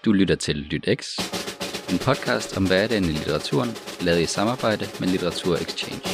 Du lytter til LytX, en podcast om hverdagen i litteraturen, lavet i samarbejde med Litteratur Exchange.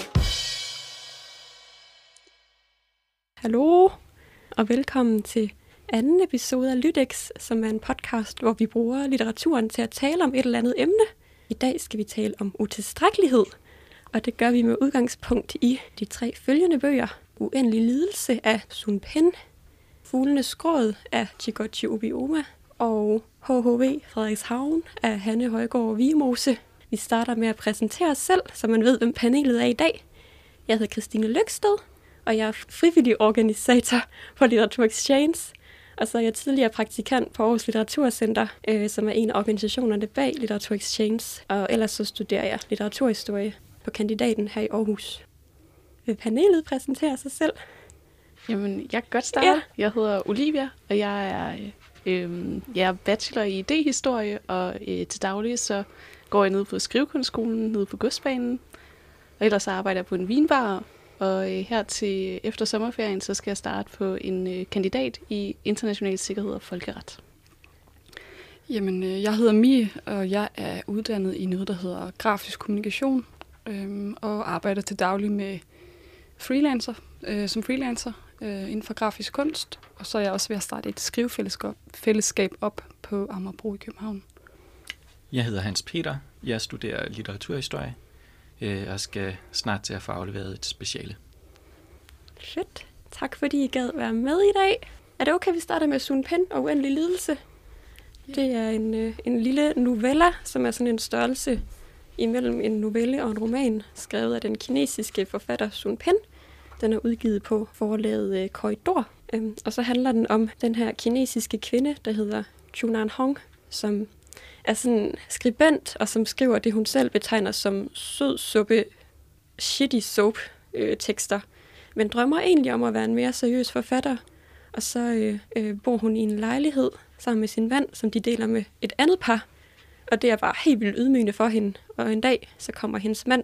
Hallo, og velkommen til anden episode af LytX, som er en podcast, hvor vi bruger litteraturen til at tale om et eller andet emne. I dag skal vi tale om utilstrækkelighed, og det gør vi med udgangspunkt i de 3 følgende bøger. Uendelig lidelse af Sun Pen, Fuglenes gråd af Chigochi Obioma og H.H.V. Frederikshavn af Hanne Højgaard Vigemose. Vi starter med at præsentere os selv, så man ved, hvem panelet er i dag. Jeg hedder Christine Lyksted, og jeg er frivillig organisator på Litteratur Exchange. Og så er jeg tidligere praktikant på Aarhus Litteraturcenter, som er en af organisationerne bag Litteratur Exchange. Og ellers så studerer jeg litteraturhistorie på kandidaten her i Aarhus. Vil panelet præsentere sig selv? Jamen, jeg kan godt starte. Ja. Jeg hedder Olivia, og jeg er bachelor i idéhistorie, og til daglig så går jeg ned på Skrivekunstskolen, nede på Godsbanen. Og ellers arbejder jeg på en vinbar, og her til efter sommerferien, så skal jeg starte på en kandidat i international sikkerhed og folkeret. Jamen, jeg hedder Mie, og jeg er uddannet i noget, der hedder grafisk kommunikation, og arbejder til daglig med som freelancer inden for grafisk kunst. Og så er jeg også ved at starte et skrivefællesskab op på Amagerbro i København. Jeg hedder Hans Peter. Jeg studerer litteraturhistorie og skal snart til at få afleveret et speciale. Fedt. Tak fordi I gad være med i dag. Er det okay, vi starter med Sun Pen og Uendelig lidelse? Ja. Det er en lille novella, som er sådan en størrelse imellem en novelle og en roman, skrevet af den kinesiske forfatter Sun Pen. Den er udgivet på forlaget Korridor. Og så handler den om den her kinesiske kvinde, der hedder Chunan Hong, som er sådan skribent, og som skriver det, hun selv betegner som sødsuppe shitty soap tekster, men drømmer egentlig om at være en mere seriøs forfatter. Og så bor hun i en lejlighed sammen med sin mand, som de deler med et andet par. Og det er bare helt vildt ydmygende for hende. Og en dag, så kommer hendes mand,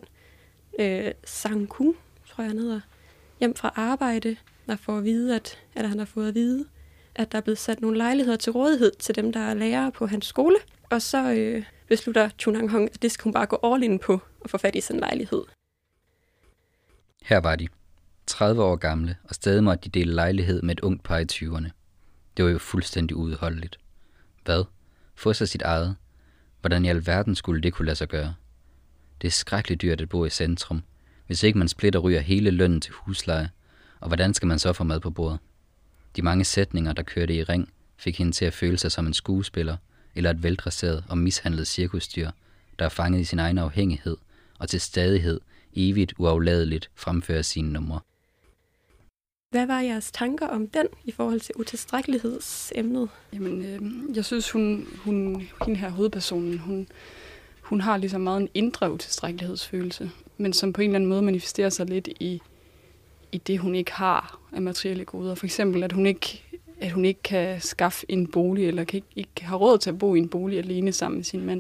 Sang Kung, tror jeg han hedder, hjem fra arbejde, og får at vide, han har fået at vide, at der er blevet sat nogle lejligheder til rådighed til dem, der er lærere på hans skole. Og så beslutter Chunan Hong, at det skal hun bare gå all in på og få fat i sådan en lejlighed. Her var de, 30 år gamle, og stadig måtte de dele lejlighed med et ungt par i 20'erne. Det var jo fuldstændig uudholdeligt. Hvad? Få sig sit eget? Hvordan i alverden skulle det kunne lade sig gøre? Det er skrækkeligt dyrt at bo i centrum, hvis ikke man splitter ryger hele lønnen til husleje, og hvordan skal man så få mad på bordet? De mange sætninger, der kørte i ring, fik hende til at føle sig som en skuespiller, eller et veldresseret og mishandlet cirkusdyr, der er fanget i sin egen afhængighed, og til stadighed evigt uafladeligt fremfører sine numre. Hvad var jeres tanker om den i forhold til utilstrækkelighedsemnet? Jamen, jeg synes, hende her hovedpersonen, hun har ligesom meget en indre utilstrækkelighedsfølelse, men som på en eller anden måde manifesterer sig lidt i det, hun ikke har af materielle goder. For eksempel, at hun ikke kan skaffe en bolig, eller ikke har råd til at bo i en bolig alene sammen med sin mand.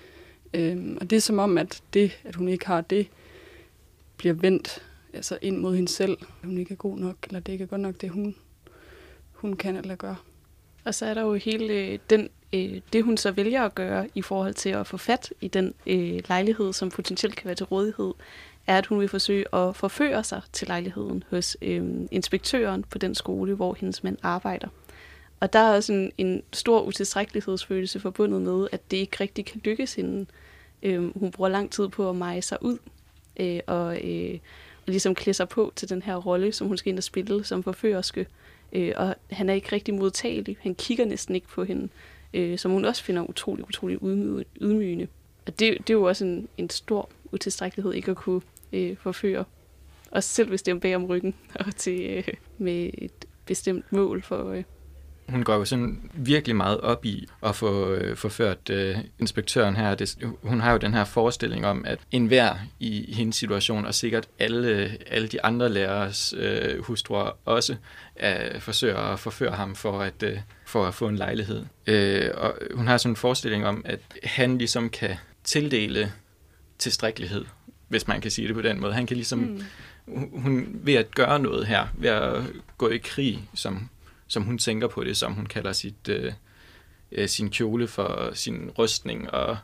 Og det er som om, at det, at hun ikke har det, bliver vendt altså ind mod hende selv. Hun ikke er god nok, eller det ikke er godt nok, det hun kan eller gør. Og så er der jo hele det, hun så vælger at gøre i forhold til at få fat i den lejlighed, som potentielt kan være til rådighed, er, at hun vil forsøge at forføre sig til lejligheden hos inspektøren på den skole, hvor hendes mand arbejder. Og der er også en stor utilstrækkelighedsfølelse forbundet med, at det ikke rigtig kan lykkes hende. Hun bruger lang tid på at meje sig ud og ligesom klæde sig på til den her rolle, som hun skal ind og spille som forførerske. Og han er ikke rigtig modtagelig. Han kigger næsten ikke på hende, som hun også finder utrolig ydmygende. Og det er jo også en stor utilstrækkelighed ikke at kunne forføre. Også selv hvis det er bag om ryggen og med et bestemt mål for. Hun går jo sådan virkelig meget op i at få forført inspektøren her. Hun har jo den her forestilling om, at enhver i hendes situation, og sikkert alle de andre lærers hustruer også, forsøger at forføre ham for at få en lejlighed. Og hun har sådan en forestilling om, at han ligesom kan tildele tilstrækkelighed, hvis man kan sige det på den måde. Han kan ligesom, hun ved at gøre noget her, ved at gå i krig, som hun tænker på det, som hun kalder sin kjole for sin rustning og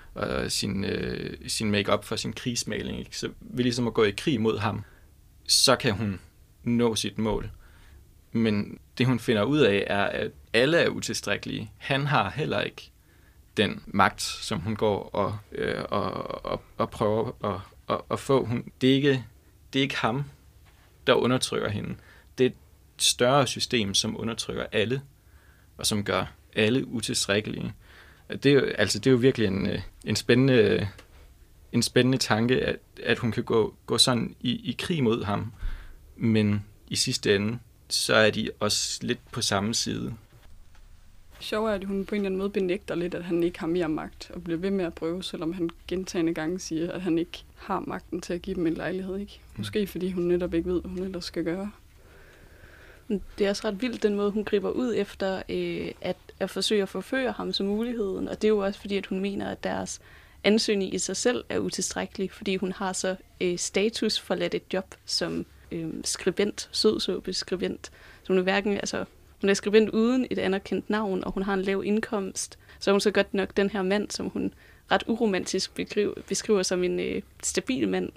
sin make-up for sin krigsmaling, ikke? Så ved ligesom at gå i krig mod ham, så kan hun nå sit mål. Men det, hun finder ud af, er, at alle er utilstrækkelige. Han har heller ikke den magt, som hun går og prøver at få. Det er ikke ham, der undertrykker hende. Det er et større system, som undertrykker alle, og som gør alle utilstrækkelige. Det er jo virkelig en spændende tanke, at hun kan gå sådan i krig mod ham, men i sidste ende, så er de også lidt på samme side. Sjovt er, at hun på en eller anden måde benægter lidt, at han ikke har mere magt, og bliver ved med at prøve, selvom han gentagne gange siger, at han ikke har magten til at give dem en lejlighed. Ikke? Måske fordi hun netop ikke ved, hvad hun ellers skal gøre. Det er også ret vildt, den måde, hun griber ud efter at forsøge at forføre ham som muligheden. Og det er jo også fordi, at hun mener, at deres ansøgning i sig selv er utilstrækkelig, fordi hun har så status for at lade et job som skribent, sødsåbeskribent. Så hun er hverken, altså, hun er skribent uden et anerkendt navn, og hun har en lav indkomst. Så er hun så godt nok den her mand, som hun ret uromantisk beskriver som en stabil mand.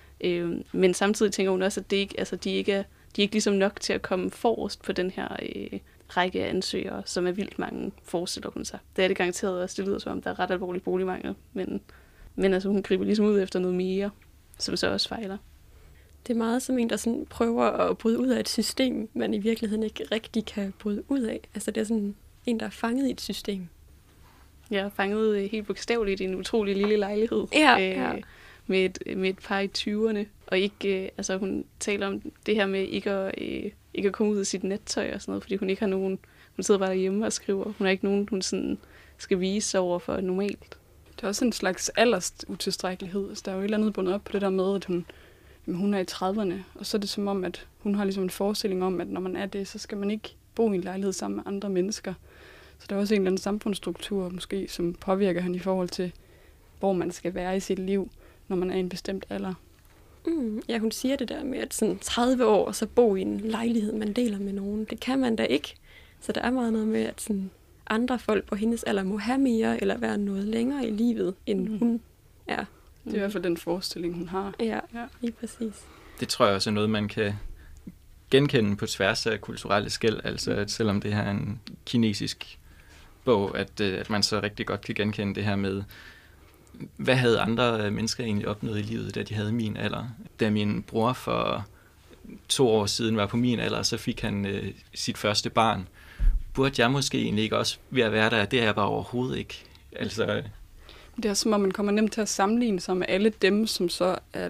Men samtidig tænker hun også, at de er ikke ligesom nok til at komme forrest på den her række af ansøgere, som er vildt mange, forestiller hun sig. Det er det garanteret også, det lyder som om, der er ret alvorlig boligmangel, men altså, hun griber ligesom ud efter noget mere, som så også fejler. Det er meget som en, der sådan prøver at bryde ud af et system, man i virkeligheden ikke rigtig kan bryde ud af. Altså det er sådan en, der er fanget i et system. Ja, fanget helt bogstaveligt i en utrolig lille lejlighed. Ja. Med et par i 20'erne. Og ikke, altså hun taler om det her med ikke at komme ud af sit nettøj og sådan noget, fordi hun ikke har nogen, hun sidder bare derhjemme og skriver. Hun har ikke nogen, hun sådan skal vise sig over for normalt. Det er også en slags aldersutilstrækkelighed. Altså, der er jo et eller andet bundet op på det der med, at hun er i 30'erne, og så er det som om, at hun har ligesom en forestilling om, at når man er det, så skal man ikke bo i en lejlighed sammen med andre mennesker. Så der er også en eller anden samfundsstruktur, måske, som påvirker hende i forhold til, hvor man skal være i sit liv, når man er i en bestemt alder. Ja, hun siger det der med, at sådan 30 år, og så bo i en lejlighed, man deler med nogen. Det kan man da ikke. Så der er meget noget med, at sådan andre folk på hendes alder må have mere, eller være noget længere i livet, end hun er. Det er i hvert fald den forestilling, hun har. Ja, lige præcis. Det tror jeg også er noget, man kan genkende på tværs af kulturelle skel. Altså, at selvom det her er en kinesisk bog, at man så rigtig godt kan genkende det her med, hvad havde andre mennesker egentlig opnået i livet, da de havde min alder? Da min bror for 2 år siden var på min alder, så fik han sit første barn. Burde jeg måske egentlig ikke også ved at være der? Det er jeg bare overhovedet ikke. Altså, det er som om, man kommer nemt til at sammenligne sig med alle dem, som så er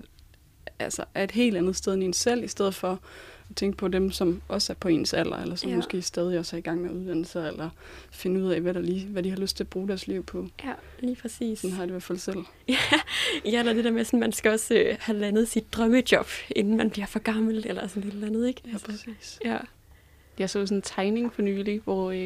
et helt andet sted end en selv, i stedet for at tænke på dem, som også er på ens alder, eller som måske stadig også er i gang med at uddanne sig, eller finde ud af, hvad de har lyst til at bruge deres liv på. Ja, lige præcis. Sådan har jeg det i hvert fald selv. Ja, eller det der med, at man skal også have landet sit drømmejob, inden man bliver for gammel, eller sådan et eller andet, ikke? Ja, præcis. Ja. Jeg så sådan en tegning for nylig,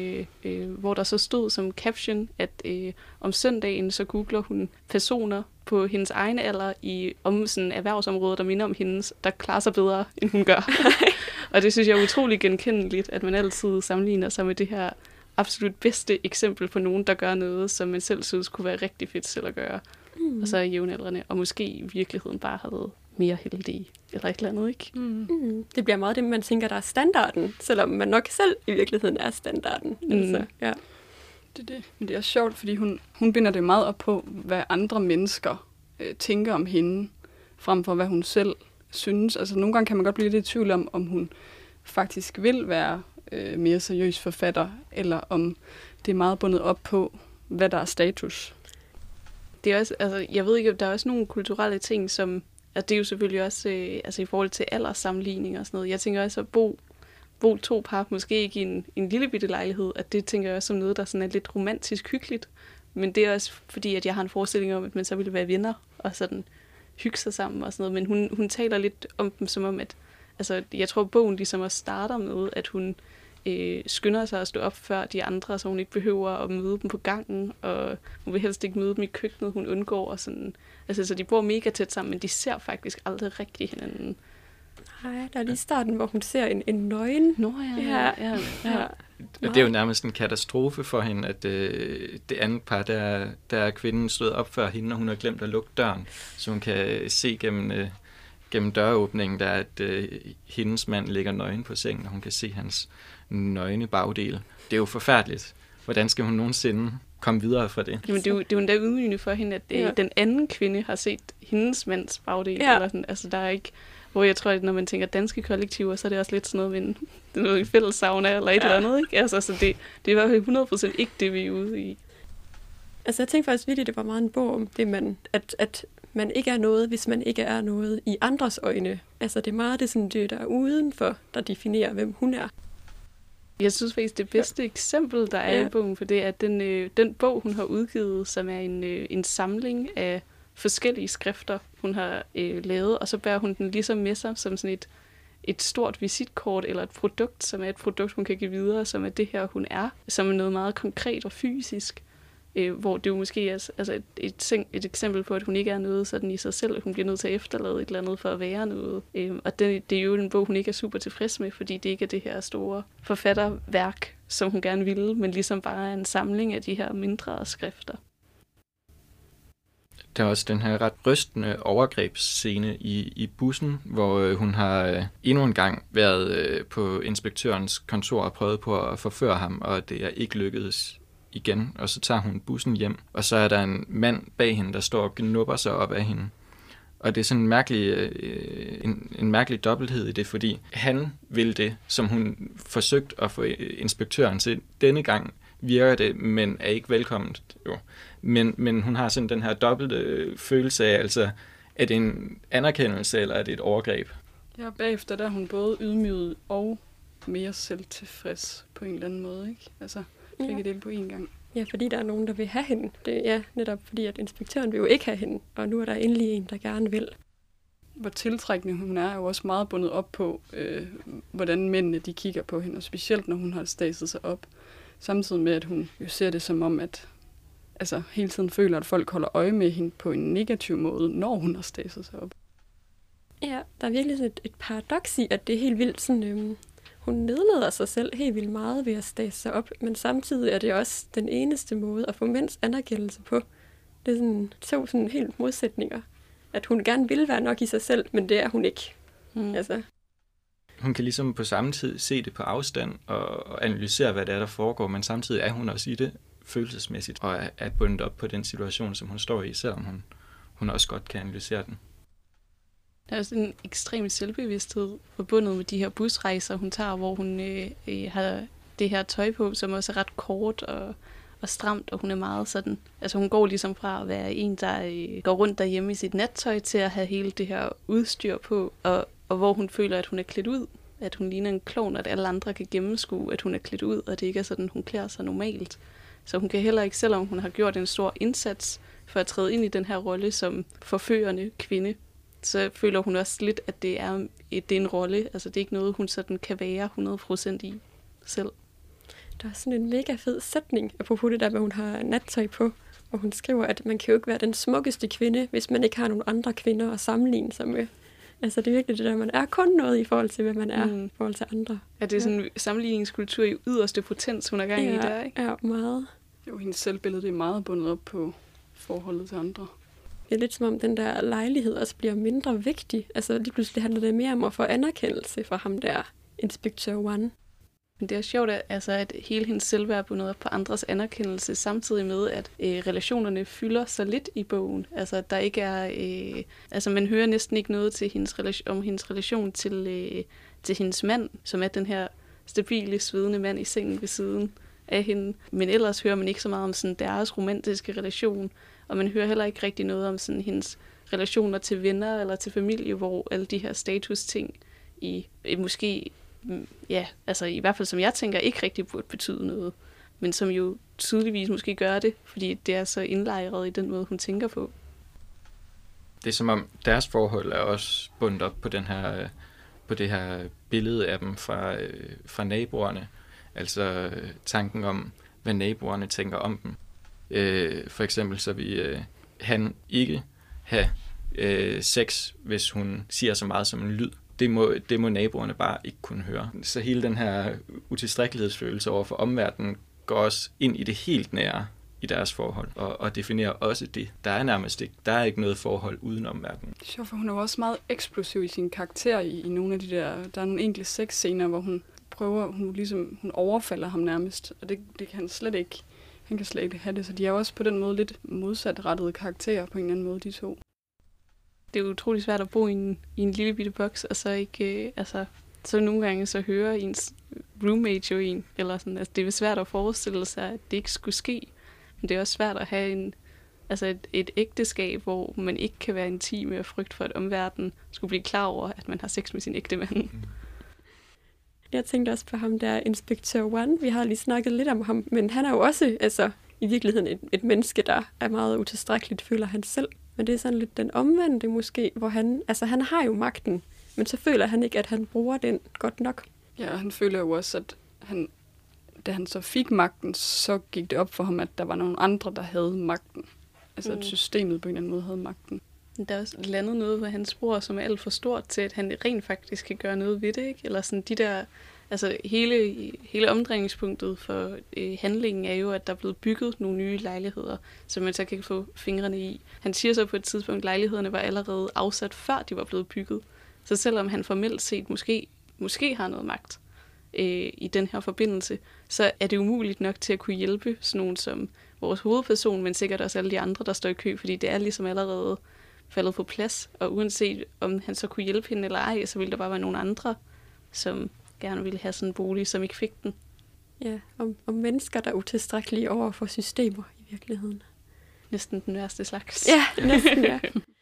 hvor der så stod som caption, at om søndagen så googler hun personer på hendes egen alder om sådan erhvervsområder, der minder om hendes, der klarer sig bedre, end hun gør. Og det synes jeg er utrolig genkendeligt, at man altid sammenligner sig med det her absolut bedste eksempel på nogen, der gør noget, som man selv synes kunne være rigtig fedt selv at gøre. Og så er jævnaldrende, og måske i virkeligheden bare har været mere heldige, eller et eller andet, ikke? Det bliver meget det, man tænker, der er standarden, selvom man nok selv i virkeligheden er standarden. Altså, ja. Det er det. Men det er sjovt, fordi hun binder det meget op på, hvad andre mennesker tænker om hende, frem for hvad hun selv synes. Altså nogle gange kan man godt blive lidt i tvivl om hun faktisk vil være mere seriøs forfatter, eller om det er meget bundet op på, hvad der er status. Det er også, altså, jeg ved ikke, der er også nogle kulturelle ting, som, altså, det er jo selvfølgelig også altså, i forhold til alderssammenligning og sådan noget. Jeg tænker også at bo 2 par, måske ikke i en lille bitte lejlighed, at det tænker jeg også som noget, der sådan er lidt romantisk hyggeligt. Men det er også fordi, at jeg har en forestilling om, at man så ville være venner og sådan hygge sig sammen og sådan noget. Men hun taler lidt om dem som om, at altså, jeg tror, bogen ligesom også starter med, at hun skynder sig at stå op før de andre, så hun ikke behøver at møde dem på gangen, og hun vil helst ikke møde dem i køkkenet, hun undgår og sådan. Altså, så de bor mega tæt sammen, men de ser faktisk aldrig rigtig hinanden. Nej, der er lige starten, hvor hun ser en nøgen. Nå ja. Og det er jo nærmest en katastrofe for hende, at det andet par, der er kvinden stået op før hende, og hun har glemt at lukke døren, så hun kan se gennem døråbningen, der er, at hendes mand ligger nøgen på sengen, og hun kan se hans nøgne bagdel. Det er jo forfærdeligt. Hvordan skal hun nogensinde komme videre fra det? Jamen, det er jo endda ydmygende for hende, at den anden kvinde har set hendes mands bagdel. Ja. Eller sådan. Altså, der er ikke... Hvor jeg tror, at når man tænker danske kollektiver, så er det også lidt sådan noget med noget fælles sauna eller et eller andet. Ikke? Altså, så det er i hvert fald 100% ikke det, vi er ude i. Altså, jeg tænkte faktisk virkelig, det var meget en bog om det, at man ikke er noget, hvis man ikke er noget i andres øjne. Altså, det er meget det, der er udenfor, der definerer, hvem hun er. Jeg synes faktisk, det bedste eksempel, der er i bogen, for det er den bog, hun har udgivet, som er en samling af forskellige skrifter, hun har lavet, og så bærer hun den ligesom med sig som sådan et stort visitkort eller et produkt, som er et produkt, hun kan give videre, som er det her, hun er, som er noget meget konkret og fysisk, hvor det jo måske er altså et eksempel på, at hun ikke er noget sådan i sig selv, hun bliver nødt til at efterlade et eller andet for at være noget. Og det er jo en bog, hun ikke er super tilfreds med, fordi det ikke er det her store forfatterværk, som hun gerne ville, men ligesom bare er en samling af de her mindre skrifter. Der er også den her ret rystende overgrebsscene i bussen, hvor hun har endnu en gang været på inspektørens kontor og prøvet på at forføre ham, og det er ikke lykkedes igen. Og så tager hun bussen hjem, og så er der en mand bag hende, der står og gnubber sig op af hende. Og det er sådan en mærkelig dobbelthed i det, fordi han vil det, som hun forsøgte at få inspektøren til. Denne gang virker det, men er ikke velkomment. Jo. Men hun har sådan den her dobbelte følelse af, altså, er det en anerkendelse, eller er det et overgreb? Ja, bagefter der er hun både ydmyget og mere selvtilfreds på en eller anden måde, ikke? Altså, begge dele på én gang. Ja, fordi der er nogen, der vil have hende. Det er netop fordi, at inspektøren vil jo ikke have hende, og nu er der endelig en, der gerne vil. Hvor tiltrækkende hun er jo også meget bundet op på, hvordan mændene de kigger på hende, og specielt når hun har staset sig op. Samtidig med, at hun jo ser det som om, at altså, hele tiden føler, at folk holder øje med hende på en negativ måde, når hun har staset sig op. Ja, der er virkelig sådan et paradoks i, at det er helt vildt sådan... Hun nedlader sig selv helt vildt meget ved at stase sig op, men samtidig er det også den eneste måde at få mænds anerkendelse på. Det er sådan helt modsætninger. At hun gerne vil være nok i sig selv, men det er hun ikke. Altså. Hun kan ligesom på samme tid se det på afstand og analysere, hvad det er, der foregår, men samtidig er hun også i det følelsesmæssigt og er bundet op på den situation, som hun står i, selvom hun også godt kan analysere den. Der er også en ekstrem selvbevidsthed forbundet med de her busrejser, hun tager, hvor hun har det her tøj på, som også er ret kort og stramt, og hun er meget sådan... Altså hun går ligesom fra at være en, der går rundt derhjemme i sit nattøj, til at have hele det her udstyr på, og hvor hun føler, at hun er klædt ud. At hun ligner en klovn, at alle andre kan gennemskue, at hun er klædt ud, og det ikke er sådan, hun klæder sig normalt. Så hun kan heller ikke, selvom hun har gjort en stor indsats for at træde ind i den her rolle som forførende kvinde, så føler hun også lidt, at det er en rolle. Altså det er ikke noget, hun sådan kan være 100% i selv. Der er sådan en mega fed sætning, apropos det der, hvor hun har nattøj på, og hun skriver, at man kan jo ikke være den smukkeste kvinde, hvis man ikke har nogle andre kvinder at sammenligne sig med. Altså det er virkelig det der, man er kun noget i forhold til, hvad man er i forhold til andre. Ja, det er sådan en sammenligningskultur i yderste potens, hun er gang i der, ikke? Ja, meget. Jo, hendes selvbillede det er meget bundet op på forholdet til andre. Det er lidt som om den der lejlighed også bliver mindre vigtig. Altså lige pludselig handler det mere om at få anerkendelse fra ham der, Inspector One. Det er sjovt, at hele hendes selvværd er bundet op på andres anerkendelse, samtidig med, at relationerne fylder så lidt i bogen. Altså, der ikke er... man hører næsten ikke noget til om hendes relation til hendes mand, som er den her stabile, svedende mand i sengen ved siden af hende. Men ellers hører man ikke så meget om sådan deres romantiske relation, og man hører heller ikke rigtig noget om sådan hendes relationer til venner eller til familie, hvor alle de her status-ting måske... Ja, altså i hvert fald som jeg tænker, ikke rigtig burde betyde noget, men som jo tydeligvis måske gør det, fordi det er så indlejret i den måde, hun tænker på. Det er som om deres forhold er også bundet op på på det her billede af dem fra naboerne, altså tanken om, hvad naboerne tænker om dem. For eksempel så vil han ikke have sex, hvis hun siger så meget som en lyd det må naboerne bare ikke kunne høre. Så hele den her utilstrækkelighedsfølelse over for omverdenen går også ind i det helt nære i deres forhold, og definerer også det. Der er ikke noget forhold uden omverdenen. Det er sjovt, for hun er jo også meget eksplosiv i sin karakter i nogle af de der nogle enkelte sexscener, hvor hun overfalder ham nærmest, og det kan han slet ikke. Han kan slet ikke have det, så de er også på den måde lidt modsatrettede karakterer på en eller anden måde, de to. Det er jo utrolig svært at bo i en lille bitte boks, og så ikke, så nogle gange så hører ens roommate jo en, eller sådan, altså det er svært at forestille sig, at det ikke skulle ske, men det er også svært at have et ægteskab, hvor man ikke kan være intim med frygt for, at omverdenen skulle blive klar over, at man har sex med sin ægtemand. Jeg tænkte også på ham der, Inspektør One. Vi har lige snakket lidt om ham, men han er jo også i virkeligheden et menneske, der er meget utilstrækkeligt, føler han selv. Men det er sådan lidt den omvendte måske, hvor han har jo magten, men så føler han ikke, at han bruger den godt nok. Ja, og han føler jo også, at da han så fik magten, så gik det op for ham, at der var nogle andre, der havde magten. Altså at systemet på en eller anden måde havde magten. Der er også landet noget ved hans bror, som er alt for stort til, at han rent faktisk kan gøre noget ved det, ikke? Eller sådan de der, altså hele omdrejningspunktet for handlingen er jo, at der er blevet bygget nogle nye lejligheder, som man så kan få fingrene i. Han siger så på et tidspunkt, at lejlighederne var allerede afsat, før de var blevet bygget. Så selvom han formelt set måske har noget magt i den her forbindelse, så er det umuligt nok til at kunne hjælpe sådan nogen som vores hovedperson, men sikkert også alle de andre, der står i kø, fordi det er ligesom allerede faldet på plads, og uanset om han så kunne hjælpe hende eller ej, så ville der bare være nogle andre, som gerne ville have sådan en bolig, som ikke fik den. Ja, om mennesker, der er utilstrækkelige over for systemer i virkeligheden. Næsten den værste slags. Ja, næsten, ja.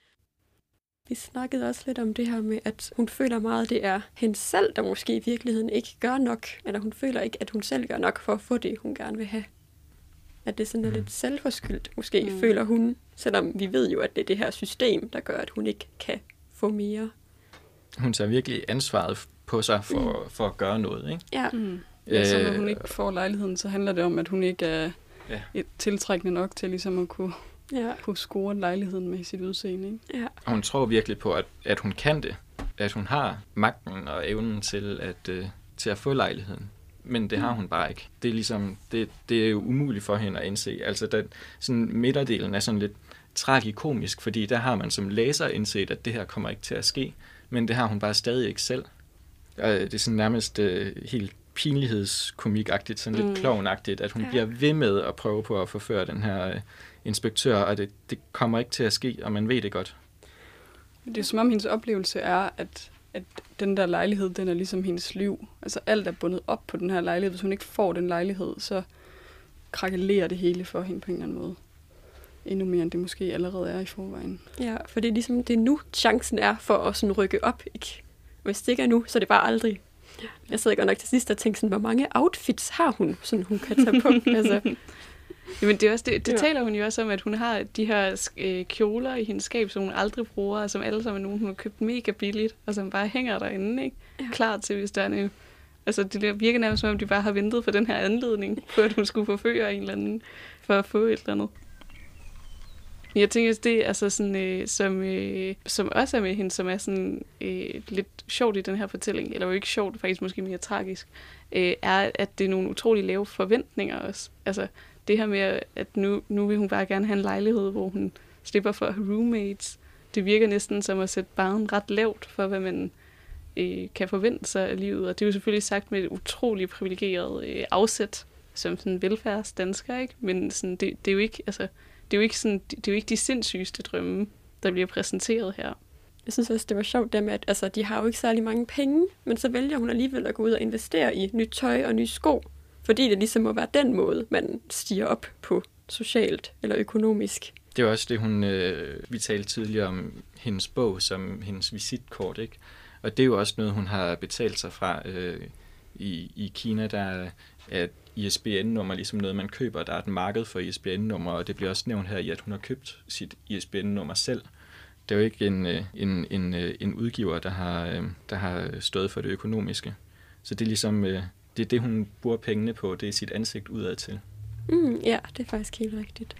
Vi snakkede også lidt om det her med, at hun føler meget, det er hende selv, der måske i virkeligheden ikke gør nok, eller hun føler ikke, at hun selv gør nok for at få det, hun gerne vil have. At det sådan er lidt selvforskyldt, måske føler hun, selvom vi ved jo, at det er det her system, der gør, at hun ikke kan få mere. Hun tager virkelig ansvaret på sig for at gøre noget, ikke? Ja. Ja, så når hun ikke får lejligheden, så handler det om, at hun ikke er tiltrækkende nok til ligesom at kunne score lejligheden med sit udseende, ikke? Ja. Og hun tror virkelig på, at hun kan det. At hun har magten og evnen til at få lejligheden. Men det har hun bare ikke. Det er ligesom, det er jo umuligt for hende at indse. Altså, sådan midterdelen er sådan lidt tragikomisk, fordi der har man som læser indset, at det her kommer ikke til at ske. Men det har hun bare stadig ikke selv. Og det er sådan nærmest helt pinlighedskomikagtigt, sådan lidt klovnagtigt, at hun bliver ved med at prøve på at forføre den her inspektør, og det kommer ikke til at ske, og man ved det godt. Det er som om hendes oplevelse er, at den der lejlighed, den er ligesom hendes liv. Altså alt er bundet op på den her lejlighed. Hvis hun ikke får den lejlighed, så krakelerer det hele for hende på en eller anden måde. Endnu mere, end det måske allerede er i forvejen. Ja, for det er ligesom, det er nu, chancen er for at sådan rykke op, ikke? Hvis det ikke er nu, så er det bare aldrig. Jeg sidder godt nok til sidst og tænker sådan, hvor mange outfits har hun, sådan hun kan tage på? Altså. Jamen det er også det taler hun jo også om, at hun har de her kjoler i hendes skab, som hun aldrig bruger, og som alle sammen er nogen, hun har købt mega billigt, og som bare hænger derinde, ikke? Ja. Klar til, hvis der er noget. Altså det virker nærmest som om, de bare har ventet på den her anledning, på at hun skulle forføre en eller anden, for at få et eller andet. Jeg tænker, at det er altså sådan, som også er med hende, som er sådan lidt sjovt i den her fortælling, eller jo ikke sjovt, faktisk måske mere tragisk, er, at det er nogle utrolig lave forventninger også. Altså det her med, at nu vil hun bare gerne have en lejlighed, hvor hun slipper for roommates. Det virker næsten som at sætte barren ret lavt for, hvad man kan forvente sig af livet. Og det er jo selvfølgelig sagt med et utroligt privilegeret afsæt, som sådan velfærdsdansker, ikke? Men sådan, det er jo ikke, altså, det er jo ikke de sindssygeste drømme, der bliver præsenteret her. Jeg synes også, det var sjovt det med, at altså, de har jo ikke særlig mange penge, men så vælger hun alligevel at gå ud og investere i nyt tøj og nye sko, fordi det ligesom må være den måde, man stiger op på socialt eller økonomisk. Det er også det, vi talte tidligere om hendes bog som hendes visitkort, ikke? Og det er jo også noget, hun har betalt sig fra i Kina, der er ISBN-nummer ligesom noget, man køber. Der er et marked for ISBN-nummer, og det bliver også nævnt her i, at hun har købt sit ISBN-nummer selv. Det er jo ikke en udgiver, der har stået for det økonomiske. Så det er ligesom det er det, hun bruger pengene på. Det er sit ansigt udad til. Ja, det er faktisk helt rigtigt.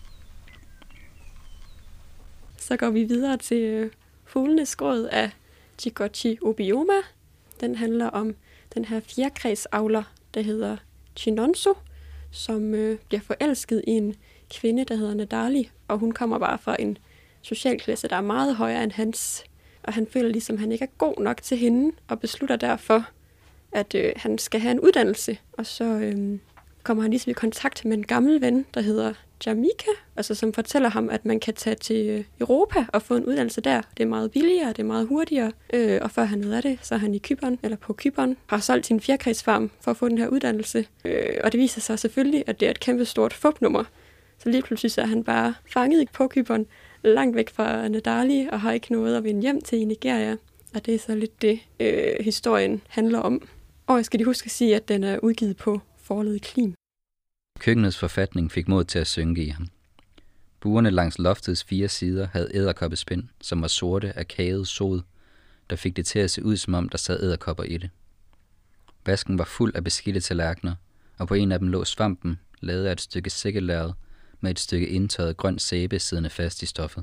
Så går vi videre til Fuglenes Gråd af Chigochi Obioma. Den handler om den her fjerkræsavler, der hedder Chinonso, som bliver forelsket i en kvinde, der hedder Nadali, og hun kommer bare fra en socialklasse, der er meget højere end hans, og han føler ligesom, at han ikke er god nok til hende, og beslutter derfor, at han skal have en uddannelse, og så kommer han ligesom i kontakt med en gammel ven, der hedder Jamika, altså som fortæller ham, at man kan tage til Europa og få en uddannelse der. Det er meget billigere, det er meget hurtigere, og før han ved af det, så er han i Cypern, eller på Cypern, har solgt sin fjerkræsfarm for at få den her uddannelse. Og det viser sig selvfølgelig, at det er et kæmpe stort fupnummer. Så lige pludselig så er han bare fanget på Cypern, langt væk fra Nadali, og har ikke noget at vende hjem til i Nigeria. Og det er så lidt det, historien handler om. Og jeg skal lige huske at sige, at den er udgivet på forlaget Klim. Køkkenets forfatning fik mod til at synke i ham. Buerne langs loftets 4 sider havde edderkoppespind, som var sorte af kaget sod, der fik det til at se ud, som om der sad edderkopper i det. Vasken var fuld af beskidte tallerkener, og på en af dem lå svampen, lavet af et stykke sækkelærred med et stykke indtørret grønt sæbe siddende fast i stoffet.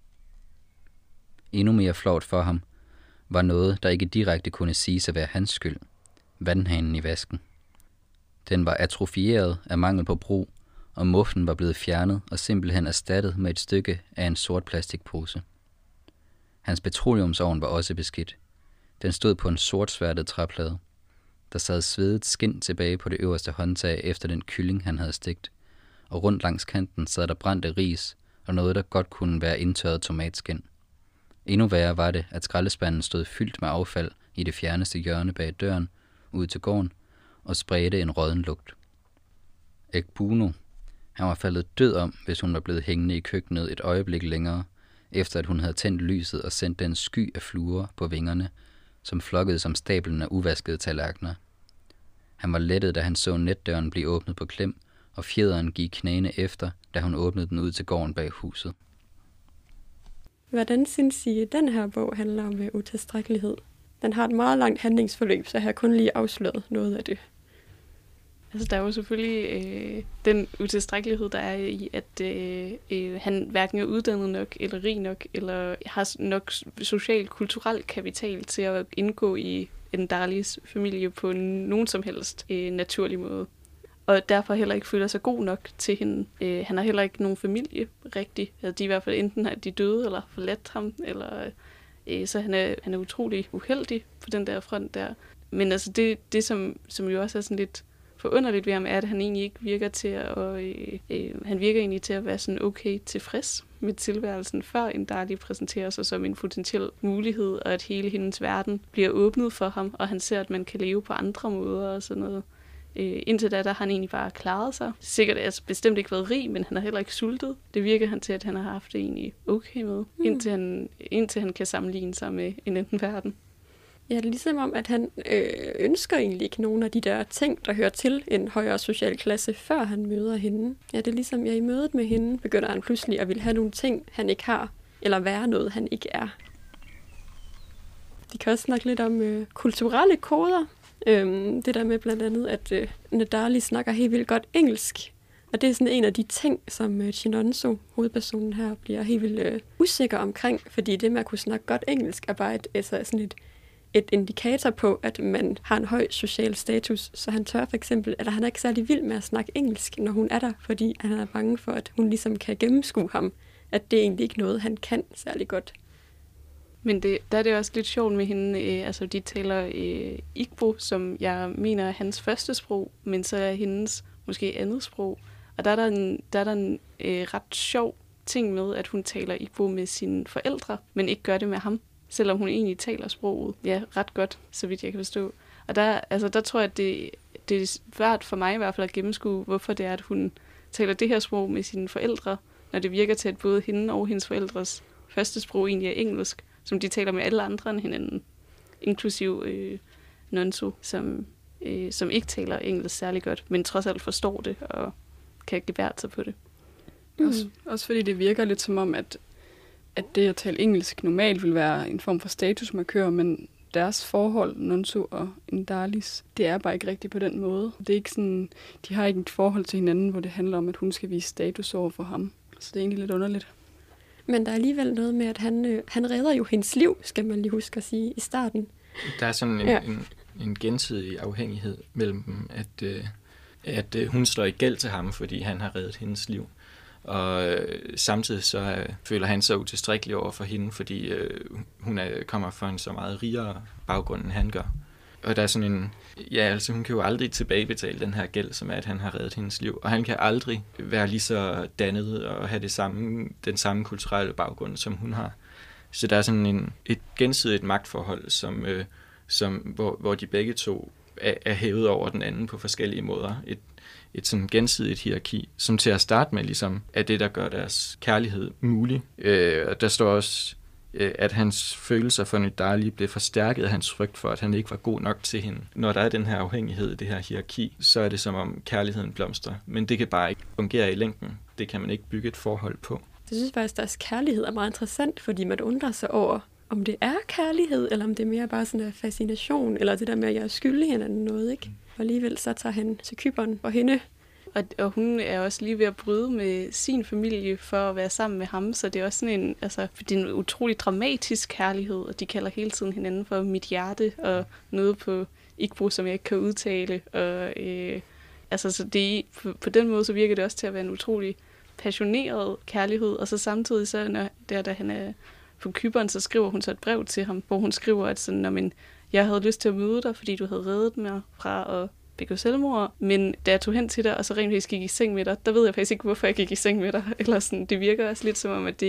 Endnu mere flovt for ham var noget, der ikke direkte kunne siges at være hans skyld. Vandhanen i vasken. Den var atrofieret af mangel på brug, og muffen var blevet fjernet og simpelthen erstattet med et stykke af en sort plastikpose. Hans petroleumsovn var også beskidt. Den stod på en sortsværtet træplade. Der sad svedet skind tilbage på det øverste håndtag efter den kylling, han havde stegt, og rundt langs kanten sad der brændte ris og noget, der godt kunne være indtørret tomatskind. Endnu værre var det, at skraldespanden stod fyldt med affald i det fjerneste hjørne bag døren ud til gården og spredte en rådden lugt. Ekbuno, han var faldet død om, hvis hun var blevet hængende i køkkenet et øjeblik længere, efter at hun havde tændt lyset og sendt den sky af fluer på vingerne, som flokkede som stablen af uvaskede tallerkener. Han var lettet, da han så netdøren blive åbnet på klem, og fjederen gik knæene efter, da hun åbnede den ud til gården bag huset. Hvordan synes I, den her bog handler om utilstrækkelighed? Den har et meget langt handlingsforløb, så jeg har kun lige afsløret noget af det. Altså, der er jo selvfølgelig den utilstrækkelighed, der er i, at han hverken er uddannet nok, eller rig nok, eller har nok social-kulturel kapital til at indgå i en Dalis familie på nogen som helst naturlig måde. Og derfor heller ikke føler sig god nok til hende. Han har heller ikke nogen familie rigtig. Altså, de i hvert fald enten er de døde, eller forladt ham, eller så han er utrolig uheldig på den der front der. Men altså det som jo også er sådan lidt forunderligt ved ham, er, at han egentlig ikke virker til at han virker egentlig til at være sådan okay tilfreds med tilværelsen, før en Dali præsenterer sig som en potentiel mulighed, og at hele hendes verden bliver åbnet for ham, og han ser, at man kan leve på andre måder og sådan noget. Indtil da, der har han egentlig bare klaret sig. Sikkert altså bestemt ikke været rig, men han har heller ikke sultet. Det virker han til, at han har haft det egentlig okay med, indtil han kan sammenligne sig med en anden verden. Ja, det er ligesom om, at han ønsker egentlig ikke nogen af de der ting, der hører til en højere social klasse, før han møder hende. Ja, det er ligesom, i mødet med hende begynder han pludselig at ville have nogle ting, han ikke har, eller være noget, han ikke er. De kan også snakke lidt om kulturelle koder. Det der med blandt andet, at Nadali snakker helt vildt godt engelsk. Og det er sådan en af de ting, som Chinonso, hovedpersonen her, bliver helt vildt usikker omkring. Fordi det med at kunne snakke godt engelsk er bare et indikator på, at man har en høj social status. Så han tør for eksempel, eller han er ikke særlig vild med at snakke engelsk, når hun er der, fordi han er bange for, at hun ligesom kan gennemskue ham. At det er egentlig ikke noget, han kan særlig godt. Men der er det også lidt sjovt med hende, altså de taler Igbo, som jeg mener er hans første sprog, men så er hendes måske andet sprog. Og der er en ret sjov ting med, at hun taler Igbo med sine forældre, men ikke gør det med ham, selvom hun egentlig taler sproget ret godt, så vidt jeg kan forstå. Og der tror jeg, at det er svært for mig i hvert fald at gennemskue, hvorfor det er, at hun taler det her sprog med sine forældre, når det virker til, at både hende og hendes forældres første sprog egentlig er engelsk, som de taler med alle andre end hinanden, inklusiv Nonso, som ikke taler engelsk særlig godt, men trods alt forstår det og kan gebærde sig på det. Også fordi det virker lidt som om, at det at tale engelsk normalt vil være en form for statusmarkør, men deres forhold, Nonso og Ndalis, det er bare ikke rigtigt på den måde. Det er ikke sådan, de har ikke et forhold til hinanden, hvor det handler om, at hun skal vise status over for ham. Så det er egentlig lidt underligt. Men der er alligevel noget med, at han redder jo hendes liv, skal man lige huske at sige, i starten. Der er sådan en gensidig afhængighed mellem dem, at hun står i gæld til ham, fordi han har reddet hendes liv. Og samtidig så føler han sig utilstrækkelig over for hende, fordi hun kommer fra en så meget rigere baggrund, end han gør. Og der er sådan hun kan jo aldrig tilbagebetale den her gæld, som er, at han har reddet hendes liv. Og han kan aldrig være lige så dannet og have den samme kulturelle baggrund, som hun har. Så der er sådan et gensidigt magtforhold, hvor de begge to er hævet over den anden på forskellige måder. Et sådan gensidigt hierarki, som til at starte med ligesom er det, der gør deres kærlighed mulig. Der står også, at hans følelser for Nidali blev forstærket af hans frygt for, at han ikke var god nok til hende. Når der er den her afhængighed, det her hierarki, så er det som om kærligheden blomstrer. Men det kan bare ikke fungere i længden. Det kan man ikke bygge et forhold på. Jeg synes faktisk, at deres kærlighed er meget interessant, fordi man undrer sig over, om det er kærlighed, eller om det er mere bare sådan en fascination, eller det der med, at jeg er skyldig hinanden noget, ikke? Og alligevel så tager han til Cypern for hende. Og hun er også lige ved at bryde med sin familie for at være sammen med ham, så det er også sådan det er en utrolig dramatisk kærlighed, og de kalder hele tiden hinanden for mit hjerte, og noget på Igbo, som jeg ikke kan udtale. Og, så det, på den måde så virker det også til at være en utrolig passioneret kærlighed, og så samtidig så, da han er på Cypern, så skriver hun så et brev til ham, hvor hun skriver, at sådan, jeg havde lyst til at møde dig, fordi du havde reddet mig fra at begå selvmord, men da jeg tog hen til dig, og så rent faktisk gik i seng med dig, der ved jeg faktisk ikke, hvorfor jeg gik i seng med dig. Eller sådan, det virker også lidt som om, at det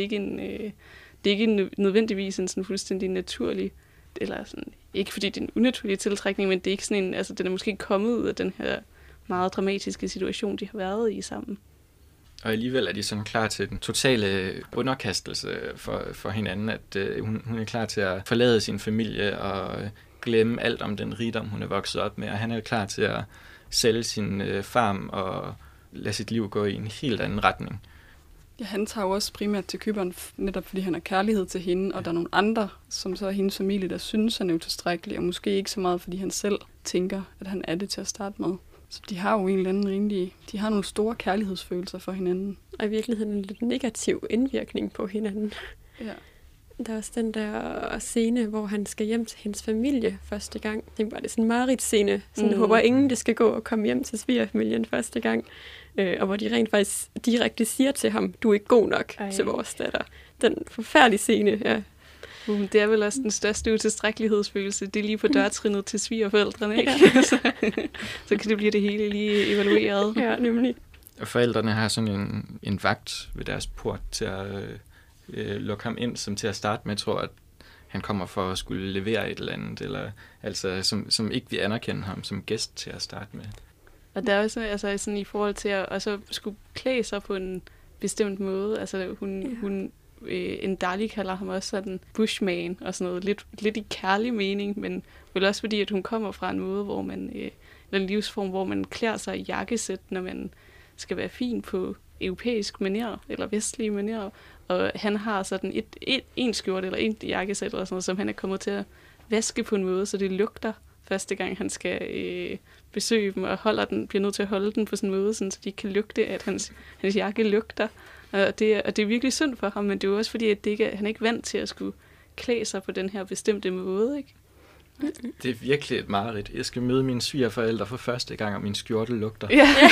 ikke er nødvendigvis en sådan fuldstændig naturlig, eller sådan, ikke fordi det er en unaturlig tiltrækning, men det er ikke sådan en, den er måske kommet ud af den her meget dramatiske situation, de har været i sammen. Og alligevel er de sådan klar til den totale underkastelse for hinanden, at hun er klar til at forlade sin familie og glemme alt om den rigdom, hun er vokset op med, og han er klar til at sælge sin farm og lade sit liv gå i en helt anden retning. Ja, han tager jo også primært til Cypern, netop fordi han har kærlighed til hende, og der er nogle andre, som så er hendes familie, der synes, han er utilstrækkelig, og måske ikke så meget, fordi han selv tænker, at han er det til at starte med. Så de har jo en eller anden de har nogle store kærlighedsfølelser for hinanden. Og i virkeligheden en lidt negativ indvirkning på hinanden. Ja. Der er også den der scene, hvor han skal hjem til hendes familie første gang. Jeg tænker bare, det er sådan en Marit-scene. Sådan, håber ingen, det skal gå og komme hjem til svigerfamilien første gang. Og hvor de rent faktisk direkte siger til ham, du er ikke god nok til vores datter. Den forfærdelige scene, ja. Det er vel også den største utilstrækkelighedsfølelse. Det er lige på dørtrinnet til svigerforældrene, ikke? Ja. så kan det blive det hele lige evalueret. Ja, nemlig. Og forældrene har sådan en vagt ved deres port til at lukke ham ind, som til at starte med tror, at han kommer for at skulle levere et eller andet, eller altså som ikke vil anerkende ham som gæst til at starte med. Og der er også sådan i forhold til at også skulle klæde sig på en bestemt måde. Altså hun en Dali kalder ham også sådan bushman og sådan noget, lidt i kærlig mening, men vel også fordi, at hun kommer fra en måde, hvor man, en livsform, hvor man klæder sig i jakkesæt, når man skal være fin på europæisk manér, eller vestlige manér, og han har sådan en skjorte, eller en jakkesæt, eller sådan noget, som han er kommet til at vaske på en måde, så det lugter første gang, han skal besøge dem, og bliver nødt til at holde den på sådan en måde, sådan, så de kan lugte, at hans jakke lugter. Og det er virkelig synd for ham, men det er jo også fordi, at han er ikke vant til at skulle klæde sig på den her bestemte måde, ikke? Det er virkelig et mareridt. Jeg skal møde mine svigerforældre for første gang, og min skjorte lugter.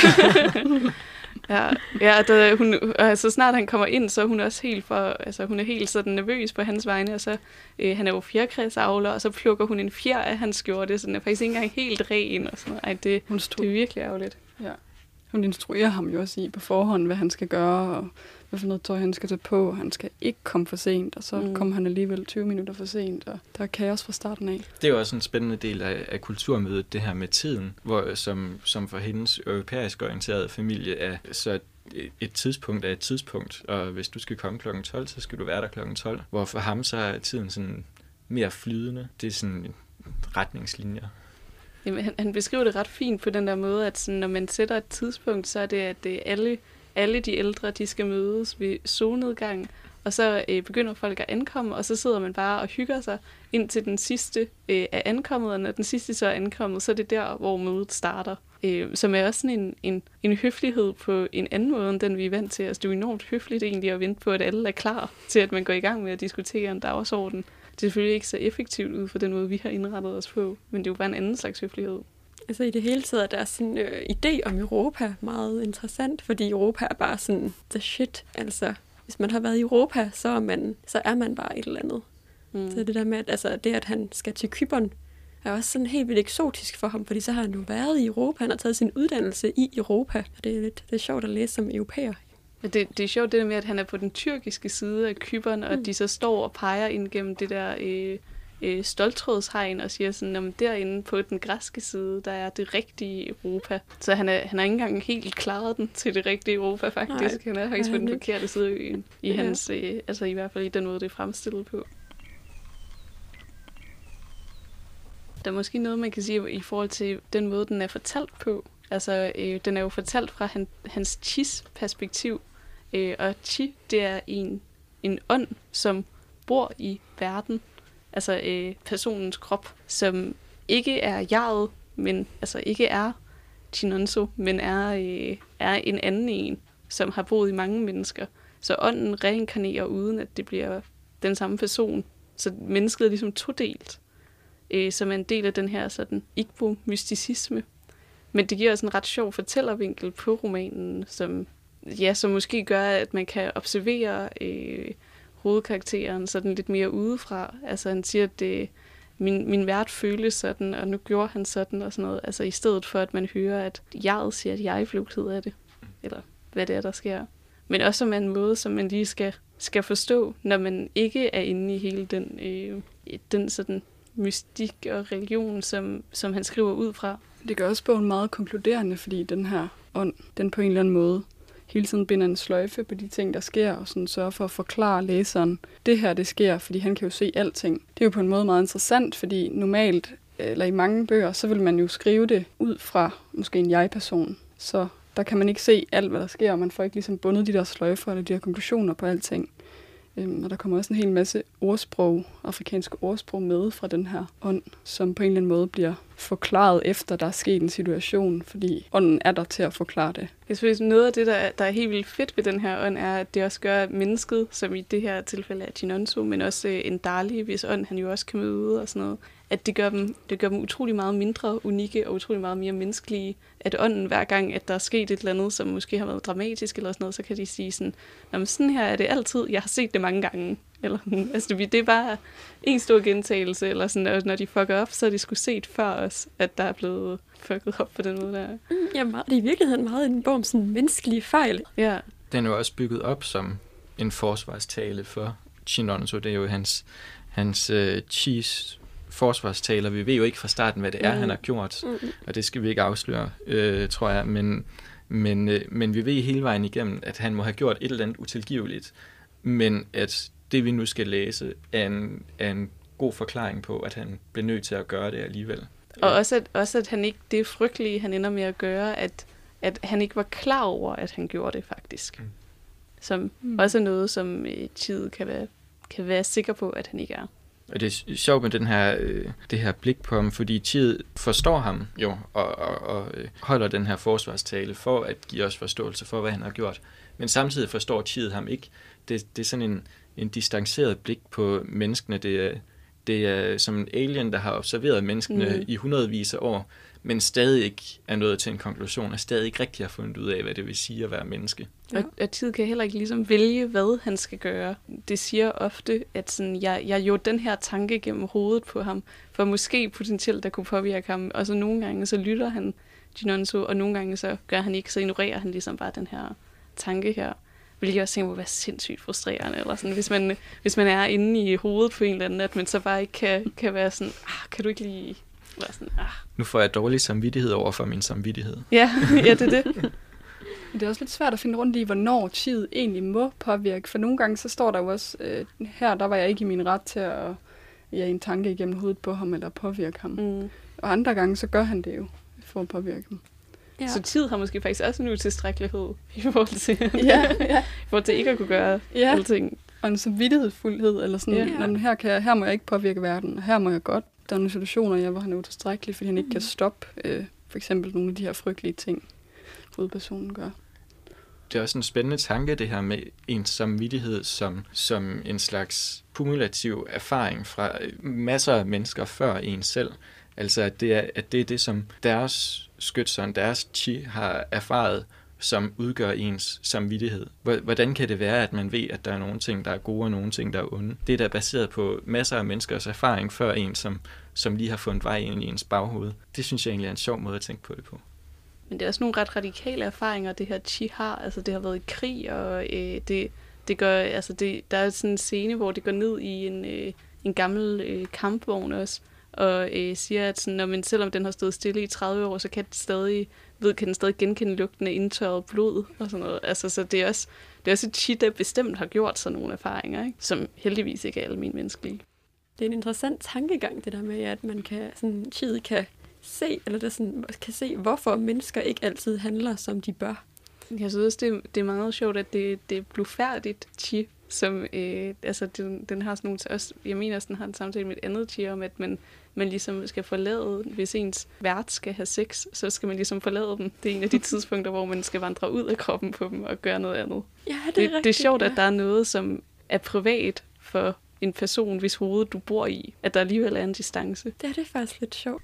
Ja, så snart han kommer ind, så er hun også hun er helt sådan nervøs på hans vegne, og så han er jo fjerkræsavler, og så plukker hun en fjer af hans skjorte, så den er faktisk ikke engang helt ren, og sådan noget. Det er virkelig ærgerligt. Ja. Hun instruerer ham jo også i på forhånd, hvad han skal gøre, og hvad for noget tøj han skal tage på. Han skal ikke komme for sent, og så kommer han alligevel 20 minutter for sent, og der er kaos fra starten af. Det er jo også en spændende del af kulturmødet, det her med tiden, som for hendes europæisk orienterede familie er så et tidspunkt er et tidspunkt, og hvis du skal komme kl. 12, så skal du være der kl. 12. Hvor for ham så er tiden sådan mere flydende. Det er sådan retningslinjer. Jamen, han beskriver det ret fint på den der måde, at sådan, når man sætter et tidspunkt, så er det, at alle de ældre, de skal mødes ved solnedgang, og så begynder folk at ankomme, og så sidder man bare og hygger sig, indtil den sidste er ankommet, og når den sidste så er ankommet, så er det der, hvor mødet starter. som er også sådan en høflighed på en anden måde, end den vi er vant til. Altså, det er jo enormt høfligt egentlig at vente på, at alle er klar til, at man går i gang med at diskutere en dagsorden. Det er selvfølgelig ikke så effektivt ud for den måde, vi har indrettet os på, men det er jo bare en anden slags høflighed. Altså i det hele taget er der sådan idé om Europa meget interessant, fordi Europa er bare sådan the shit. Altså, hvis man har været i Europa, så er man bare et eller andet. Så det der med, at han skal til Cypern, er også sådan helt vildt eksotisk for ham, fordi så har han jo været i Europa, han har taget sin uddannelse i Europa, og det er sjovt at læse som europæer. Men det er sjovt det der med, at han er på den tyrkiske side af Cypern, og de så står og peger ind gennem det der stoltrådshegn og siger sådan, at derinde på den græske side, der er det rigtige Europa. Så han har ikke engang helt klaret den til det rigtige Europa, faktisk. Han er faktisk på den forkerte side af øen, i hans, altså i hvert fald i den måde, det er fremstillet på. Der er måske noget, man kan sige i forhold til den måde, den er fortalt på. Altså, den er jo fortalt fra hans Chis perspektiv. Og Chi, det er en ånd, som bor i verden. Altså personens krop, som ikke er jaret, men altså ikke er Chinonso, men er en anden en, som har boet i mange mennesker. Så ånden reinkarnerer uden, at det bliver den samme person. Så mennesket er ligesom todelt, som er en del af den her sådan Igbo-mysticisme. Men det giver også en ret sjov fortællervinkel på romanen, som måske gør, at man kan observere hovedkarakteren sådan lidt mere udefra. Altså han siger, at min vært føles sådan, og nu gjorde han sådan og sådan noget. Altså i stedet for, at man hører, at jeg siger, at jeg blev ked af det. Eller hvad det er, der sker. Men også som en måde, som man lige skal forstå, når man ikke er inde i hele den sådan mystik og religion, som han skriver ud fra. Det gør også bogen meget konkluderende, fordi den her ånd, den på en eller anden måde hele tiden binder en sløjfe på de ting, der sker, og sådan sørger for at forklare læseren, det her, det sker, fordi han kan jo se alting. Det er jo på en måde meget interessant, fordi normalt, eller i mange bøger, så vil man jo skrive det ud fra måske en jeg-person. Så der kan man ikke se alt, hvad der sker, og man får ikke ligesom bundet de der sløjfer eller de her konklusioner på alting. Og der kommer også en hel masse ordsprog, afrikanske ordsprog med fra den her ånd, som på en eller anden måde bliver forklaret efter, der er sket en situation, fordi ånden er der til at forklare det. Jeg synes, noget af det, der er helt vildt fedt ved den her ånd, er, at det også gør mennesket, som i det her tilfælde er Chinonso, men også en Dali, hvis ånd han jo også kan møde og sådan noget, at det gør dem utrolig meget mindre unikke og utrolig meget mere menneskelige. At ånden hver gang, at der er sket et eller andet, som måske har været dramatisk eller sådan noget, så kan de sige sådan, men sådan her er det altid, jeg har set det mange gange. Eller, altså det er bare en stor gentagelse, eller sådan, og når de fucker op, så er det sgu set før os, at der er blevet fucket op på den måde der. Ja, det er i virkeligheden meget en bog om sådan menneskelige fejl. Ja. Den er jo også bygget op som en forsvarstale for Chinonso. Det er jo hans Chis forsvarstaler. Vi ved jo ikke fra starten, hvad det er, han har gjort, og det skal vi ikke afsløre, tror jeg, men vi ved hele vejen igennem, at han må have gjort et eller andet utilgiveligt, men at det, vi nu skal læse, er en god forklaring på, at han blev nødt til at gøre det alligevel. Og også at han ikke, det er frygtelige, han ender med at gøre, at han ikke var klar over, at han gjorde det faktisk. Som også er noget, som Chid kan være sikker på, at han ikke er. Og det er sjovt med det her blik på ham, fordi Chid forstår ham jo, og holder den her forsvarstale for at give os forståelse for, hvad han har gjort. Men samtidig forstår Chid ham ikke. Det er sådan en distanceret blik på menneskene. Det er som en alien, der har observeret menneskene i hundredvis af år, men stadig ikke er nået til en konklusion, og stadig ikke rigtig har fundet ud af, hvad det vil sige at være menneske. Ja. Og Chid kan heller ikke ligesom vælge, hvad han skal gøre. Det siger ofte, at sådan, jeg gjorde den her tanke gennem hovedet på ham, for måske potentielt at kunne påvirke ham. Og så nogle gange, så lytter han Chinonso, og nogle gange, så gør han ikke, så ignorerer han ligesom bare den her tanke her. Hvilket jeg også tænker må være sindssygt frustrerende, eller sådan, hvis man er inde i hovedet på en eller anden, at man så bare ikke kan være sådan, kan du ikke lige... Sådan, Nu får jeg dårlig samvittighed over for min samvittighed. Ja, det er det. Det er også lidt svært at finde rundt i, hvornår Chid egentlig må påvirke, for nogle gange så står der jo også, her der var jeg ikke i min ret til at en tanke igennem hovedet på ham, eller påvirke ham. Og andre gange så gør han det jo, for at påvirke ham. Ja. Så Chid har måske faktisk også en utilstrækkelighed i forhold til, i forhold til ikke at kunne gøre alting. Og en samvittighedsfuldhed, eller sådan, her må jeg ikke påvirke verden, og her må jeg godt. Der er nogle situationer, hvor han er utilstrækkelig, fordi han ikke kan stoppe for eksempel nogle af de her frygtelige ting, hovedpersonen gør. Det er også en spændende tanke, det her med ens samvittighed som en slags kumulativ erfaring fra masser af mennesker før en selv. Altså at det er det, som deres skytseren, deres chi har erfaret, som udgør ens samvittighed. Hvordan kan det være, at man ved, at der er nogle ting, der er gode, og nogle ting, der er onde? Det er da baseret på masser af menneskers erfaring før en, som lige har fundet vej ind i ens baghoved. Det synes jeg egentlig er en sjov måde at tænke på det på. Men det er også nogle ret radikale erfaringer, det her chi har. Altså det har været i krig, og det gør, altså der er sådan en scene, hvor det går ned i en gammel kampvogn også, og siger, at sådan, men selvom den har stået stille i 30 år, så kan den stadig genkende lugten af indtørret blod og sådan noget. Altså, så det er også et chi, der bestemt har gjort sådan nogle erfaringer, ikke? Som heldigvis ikke er almindelige menneskelige. Det er en interessant tankegang, det der med, at man kan, sådan, chiet kan se, eller det sådan, kan se, hvorfor mennesker ikke altid handler, som de bør. Jeg synes også, det er meget sjovt, at det er blufærdigt chi, som, altså den har sådan nogle, også, jeg mener også, den har en samtale med et andet chi om, at man ligesom skal forlade, hvis ens vært skal have sex, så skal man ligesom forlade dem. Det er en af de tidspunkter, hvor man skal vandre ud af kroppen på dem og gøre noget andet. Ja, det er sjovt, at der er noget, som er privat for en person, hvis hoved du bor i, at der alligevel er en distance. Det er faktisk lidt sjovt.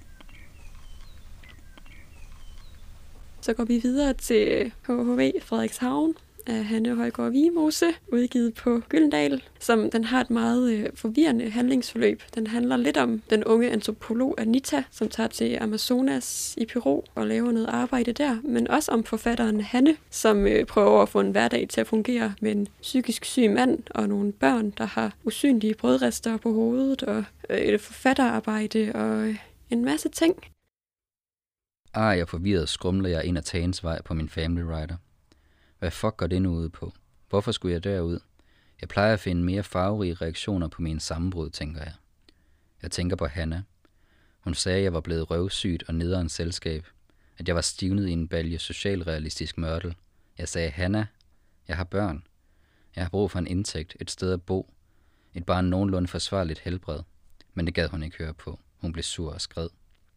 Så går vi videre til HHV Frederikshavn af Hanne Højgaard Vigemose, udgivet på Gyldendal, som den har et meget forvirrende handlingsforløb. Den handler lidt om den unge antropolog Anita, som tager til Amazonas i Peru og laver noget arbejde der, men også om forfatteren Hanne, som prøver at få en hverdag til at fungere med en psykisk syg mand og nogle børn, der har usynlige brødrester på hovedet, og et forfatterarbejde og en masse ting. Jeg er forvirret, skrumler jeg ind ad Tagens vej på min Family Rider. Hvad fuck går det nu ude på? Hvorfor skulle jeg derud? Jeg plejer at finde mere farverige reaktioner på mine sammenbrud, tænker jeg. Jeg tænker på Hanna. Hun sagde, at jeg var blevet røvsygt og nederen selskab. At jeg var stivnet i en balje socialrealistisk mørtel. Jeg sagde, Hanna, jeg har børn. Jeg har brug for en indtægt, et sted at bo. Et bare nogenlunde forsvarligt helbred. Men det gad hun ikke høre på. Hun blev sur og skred.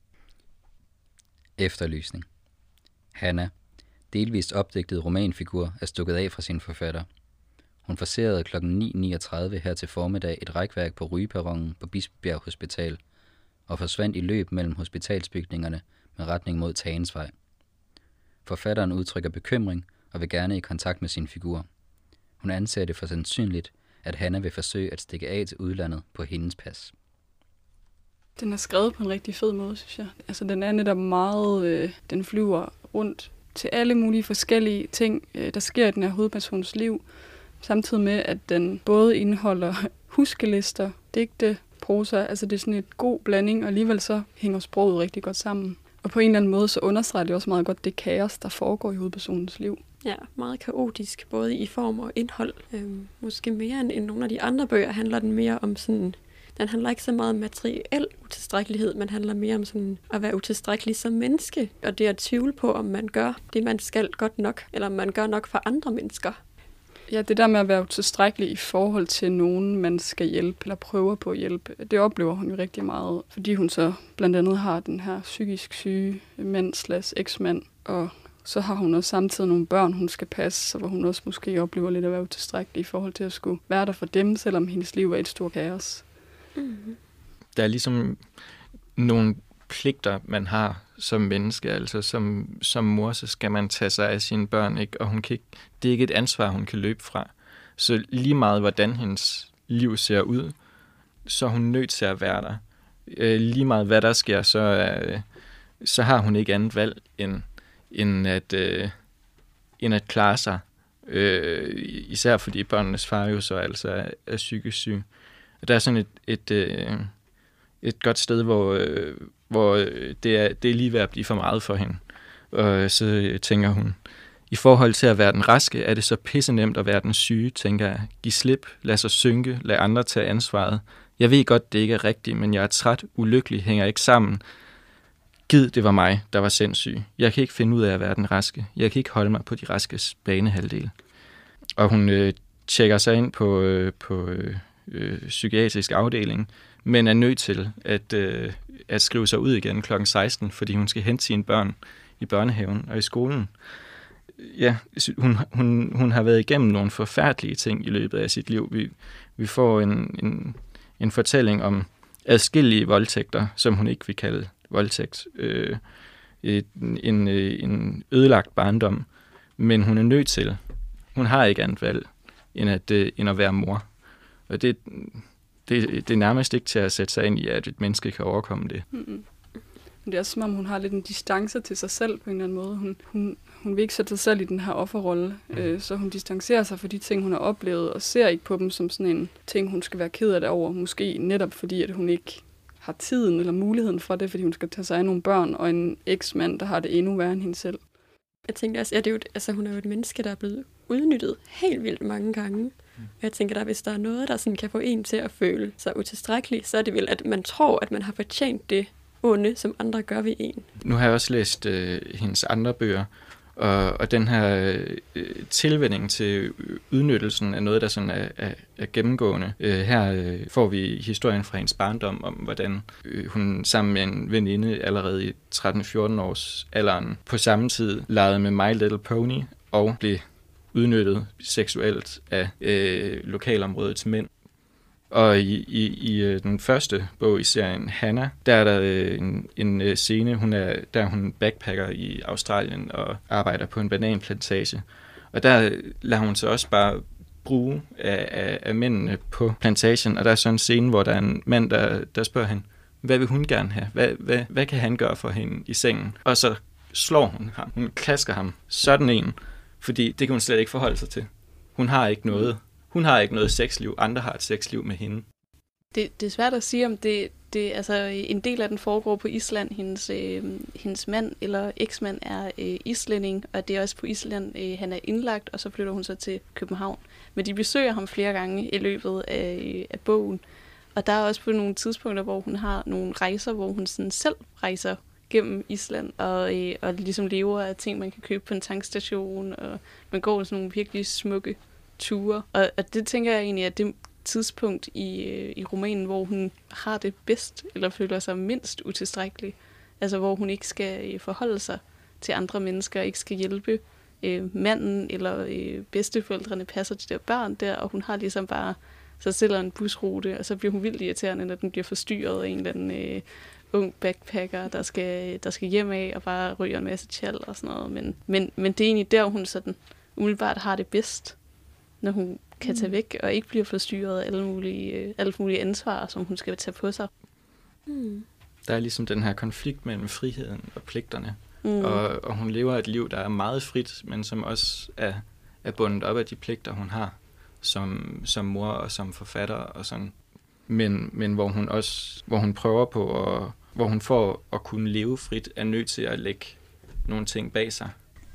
Efterlysning. Hanna, delvist opdigtet romanfigur, er stukket af fra sin forfatter. Hun forserede kl. 9.39 her til formiddag et rækværk på Rygeperronen på Bispebjerg Hospital og forsvandt i løb mellem hospitalsbygningerne med retning mod Tagensvej. Forfatteren udtrykker bekymring og vil gerne i kontakt med sin figur. Hun anser det for sandsynligt, at Hanna vil forsøge at stikke af til udlandet på hendes pas. Den er skrevet på en rigtig fed måde, synes jeg. Altså, den er netop meget... den flyver rundt til alle mulige forskellige ting, der sker i den her hovedpersons liv. Samtidig med, at den både indeholder huskelister, digte, prosa. Altså, det er sådan et god blanding, og alligevel så hænger sproget rigtig godt sammen. Og på en eller anden måde, så understreger det også meget godt det kaos, der foregår i hovedpersonens liv. Ja, meget kaotisk, både i form og indhold. Måske mere end nogle af de andre bøger handler den mere om sådan... Den handler ikke så meget om materiel utilstrækkelighed, men handler mere om sådan at være utilstrækkelig som menneske. Og det at tvivle på, om man gør det, man skal godt nok, eller om man gør nok for andre mennesker. Ja, det der med at være utilstrækkelig i forhold til nogen, man skal hjælpe, eller prøver på at hjælpe, det oplever hun jo rigtig meget. Fordi hun så blandt andet har den her psykisk syge mand/eksmand, og så har hun også samtidig nogle børn, hun skal passe, så hvor hun også måske oplever lidt at være utilstrækkelig i forhold til at skulle være der for dem, selvom hendes liv er et stort kaos. Mm-hmm. Der er ligesom nogle pligter, man har som menneske. Altså som mor, så skal man tage sig af sine børn, ikke? Og hun kan ikke, det er ikke et ansvar, hun kan løbe fra. Så lige meget, hvordan hendes liv ser ud, så er hun nødt til at være der. Lige meget, hvad der sker, så har hun ikke andet valg, end at klare sig. Især fordi børnenes far jo så altså er psykisk syg. Der er sådan et godt sted, hvor det er lige ved at blive for meget for hende. Og så tænker hun, i forhold til at være den raske, er det så pisse nemt at være den syge, tænker jeg. Giv slip, lad sig synke, lad andre tage ansvaret. Jeg ved godt, det ikke er rigtigt, men jeg er træt, ulykkelig, hænger ikke sammen. Gid, det var mig, der var sindssyg. Jeg kan ikke finde ud af at være den raske. Jeg kan ikke holde mig på de raskes banehalvdel. Og hun tjekker sig ind på psykiatrisk afdeling, men er nødt til at skrive sig ud igen kl. 16, fordi hun skal hente sine børn i børnehaven og i skolen. Ja, hun har været igennem nogle forfærdelige ting i løbet af sit liv. Vi får en fortælling om adskillige voldtægter, som hun ikke vil kalde voldtægt. En ødelagt barndom, men hun er nødt til. Hun har ikke andet valg, end at være mor. Og det er nærmest ikke til at sætte sig ind i, at et menneske kan overkomme det. Mm-hmm. Det er også som om, hun har lidt en distance til sig selv på en eller anden måde. Hun vil ikke sætte sig selv i den her offerrolle, så hun distancerer sig for de ting, hun har oplevet, og ser ikke på dem som sådan en ting, hun skal være ked af det over. Måske netop fordi, at hun ikke har tiden eller muligheden for det, fordi hun skal tage sig af nogle børn og en eksmand, der har det endnu værre end hende selv. Jeg tænker også, hun er jo et menneske, der er blevet udnyttet helt vildt mange gange. Og jeg tænker, at hvis der er noget, der sådan kan få en til at føle sig utilstrækkelig, så er det vel, at man tror, at man har fortjent det onde, som andre gør ved en. Nu har jeg også læst hendes andre bøger, og den her tilvænning til udnyttelsen er noget, der sådan er gennemgående. Her får vi historien fra hendes barndom om, hvordan hun sammen med en veninde allerede i 13-14 års alderen på samme tid legede med My Little Pony og blev udnyttet seksuelt af lokalområdets mænd. Og i den første bog i serien, Hannah, der er der en scene, hun backpacker i Australien og arbejder på en bananplantage. Og der lader hun sig også bare bruge af mændene på plantagen, og der er sådan en scene, hvor der er en mand, der spørger hende, hvad vil hun gerne have? Hvad kan han gøre for hende i sengen? Og så slår hun ham. Hun klasker ham sådan en, fordi det kan hun slet ikke forholde sig til. Hun har ikke noget sexliv. Andre har et sexliv med hende. Det er svært at sige, om det altså en del af den foregår på Island. Hendes mand eller eksmand er islænding, og det er også på Island, han er indlagt, og så flytter hun så til København. Men de besøger ham flere gange i løbet af bogen. Og der er også på nogle tidspunkter, hvor hun har nogle rejser, hvor hun sådan selv rejser gennem Island, og ligesom lever af ting, man kan købe på en tankstation, og man går sådan nogle virkelig smukke ture. Og det tænker jeg egentlig, at det tidspunkt i romanen, hvor hun har det bedst, eller føler sig mindst utilstrækkelig. Altså hvor hun ikke skal forholde sig til andre mennesker, ikke skal hjælpe manden eller bedsteforældrene passer de der børn der, og hun har ligesom bare sig selv en busrute, og så bliver hun vildt irriterende, når den bliver forstyrret af en eller anden ung backpacker, der skal hjem af og bare ryger en masse tjal og sådan noget. Men det er egentlig der, hun sådan umiddelbart har det bedst, når hun kan tage væk og ikke bliver forstyrret af alle mulige ansvar, som hun skal tage på sig. Mm. Der er ligesom den her konflikt mellem friheden og pligterne. Og hun lever et liv, der er meget frit, men som også er bundet op af de pligter, hun har som mor og som forfatter og sådan. Men hvor hun prøver på, hvor hun for at kunne leve frit, er nødt til at lægge nogle ting bag sig.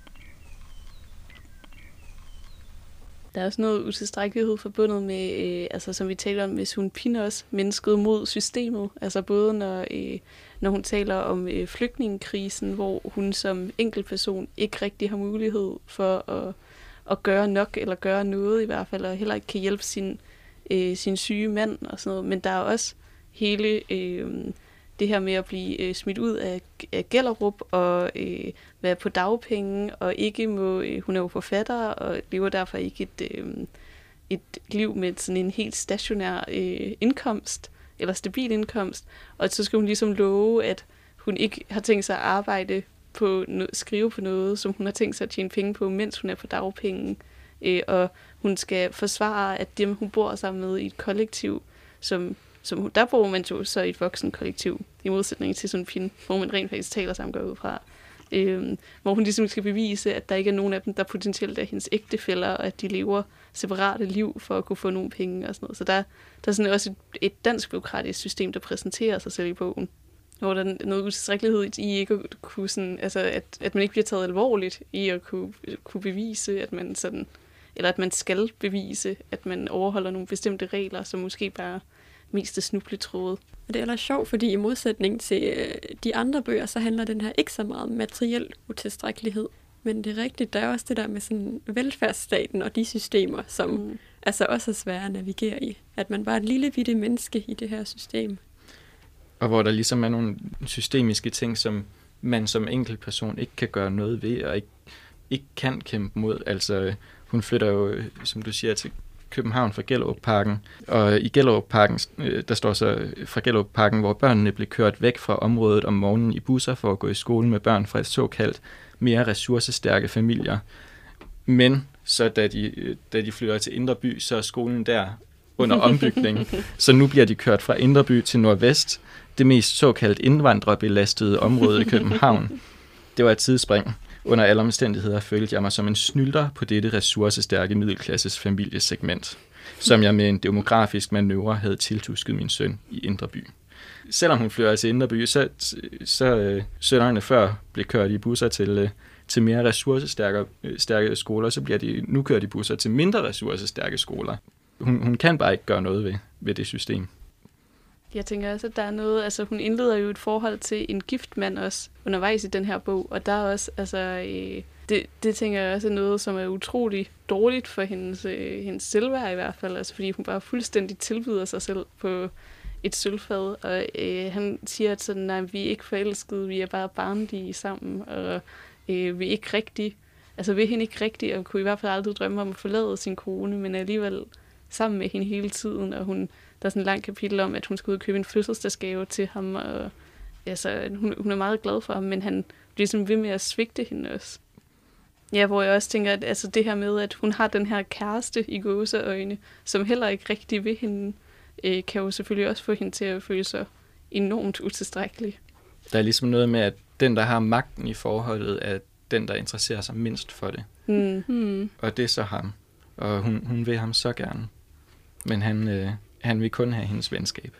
Der er også noget utilstrækkelighed forbundet med, altså som vi taler om, hvis hun piner også mennesket mod systemet. Altså både når hun taler om flygtningekrisen, hvor hun som enkeltperson ikke rigtig har mulighed for at gøre nok, eller gøre noget i hvert fald, og heller ikke kan hjælpe sin syge mand og sådan noget. Men der er også hele det her med at blive smidt ud af Gellerup og være på dagpenge, og ikke må, hun er jo forfatter og lever derfor ikke et liv med sådan en helt stationær indkomst, eller stabil indkomst, og så skal hun ligesom love, at hun ikke har tænkt sig at arbejde på skrive på noget, som hun har tænkt sig at tjene penge på, mens hun er på dagpenge, og hun skal forsvare, at dem hun bor sammen med i et kollektiv, der bor man jo så i et voksen kollektiv, i modsætning til sådan en film, hvor man rent faktisk taler sammen går ud fra. Hvor hun ligesom skal bevise, at der ikke er nogen af dem, der potentielt er hendes ægtefæller, og at de lever separate liv for at kunne få nogle penge og sådan noget. Så der er sådan også et dansk bureaukratisk system, der præsenterer sig selv i bogen, hvor der er noget utilstrækkelighed i ikke at kunne sådan, altså at man ikke bliver taget alvorligt i at kunne bevise, at man sådan, eller at man skal bevise, at man overholder nogle bestemte regler, som måske bare mest er snubletråde. Og det er ellers sjovt, fordi i modsætning til de andre bøger, så handler den her ikke så meget om materiel utilstrækkelighed. Men det er rigtigt, der er også det der med sådan velfærdsstaten og de systemer, som altså også er svære at navigere i. At man bare er et lille bitte menneske i det her system. Og hvor der ligesom er nogle systemiske ting, som man som enkeltperson ikke kan gøre noget ved, og ikke kan kæmpe mod. Altså, hun flytter jo, som du siger, til København fra Gellerupparken. Og i Gellerupparken, der står så fra Gellerupparken, hvor børnene blev kørt væk fra området om morgenen i busser for at gå i skole med børn fra et såkaldt mere ressourcestærke familier. Men så da de flytter til Indre By, så er skolen der under ombygning. Så nu bliver de kørt fra Indre By til Nordvest, det mest såkaldt indvandrerbelastede område i København. Det var et tidsspring. Under alle omstændigheder følte jeg mig som en snylter på dette ressourcestærke middelklasses familiesegment, som jeg med en demografisk manøvre havde tiltusket min søn i Indre By. Selvom hun flytter til Indre By, så sønnerne før blev kørt i busser til mere ressourcestærke skoler, så bliver de nu kørt i busser til mindre ressourcestærke skoler. Hun kan bare ikke gøre noget ved det system. Jeg tænker også, at der er noget, altså hun indleder jo et forhold til en gift mand også undervejs i den her bog, og der er også, altså det tænker jeg også er noget, som er utrolig dårligt for hendes selvværd i hvert fald, altså fordi hun bare fuldstændig tilbyder sig selv på et sølvfad, og han siger, at sådan, nej, vi er ikke forelskede, vi er bare barnlige sammen, og vi er ikke rigtige, altså vil hende ikke rigtigt, og kunne i hvert fald aldrig drømme om at forlade sin kone, men alligevel sammen med hende hele tiden, og der er sådan en lang kapitel om, at hun skal ud og købe en fødselsdagsgave til ham, og altså, hun er meget glad for ham, men han bliver sådan ved med at svigte hende også. Ja, hvor jeg også tænker, at altså, det her med, at hun har den her kæreste i gåseøjne, som heller ikke rigtig ved hende, kan jo selvfølgelig også få hende til at føle sig enormt utilstrækkelig. Der er ligesom noget med, at den, der har magten i forholdet, er den, der interesserer sig mindst for det. Og det er så ham. Og hun vil ham så gerne. Men han vil kun have hendes venskab.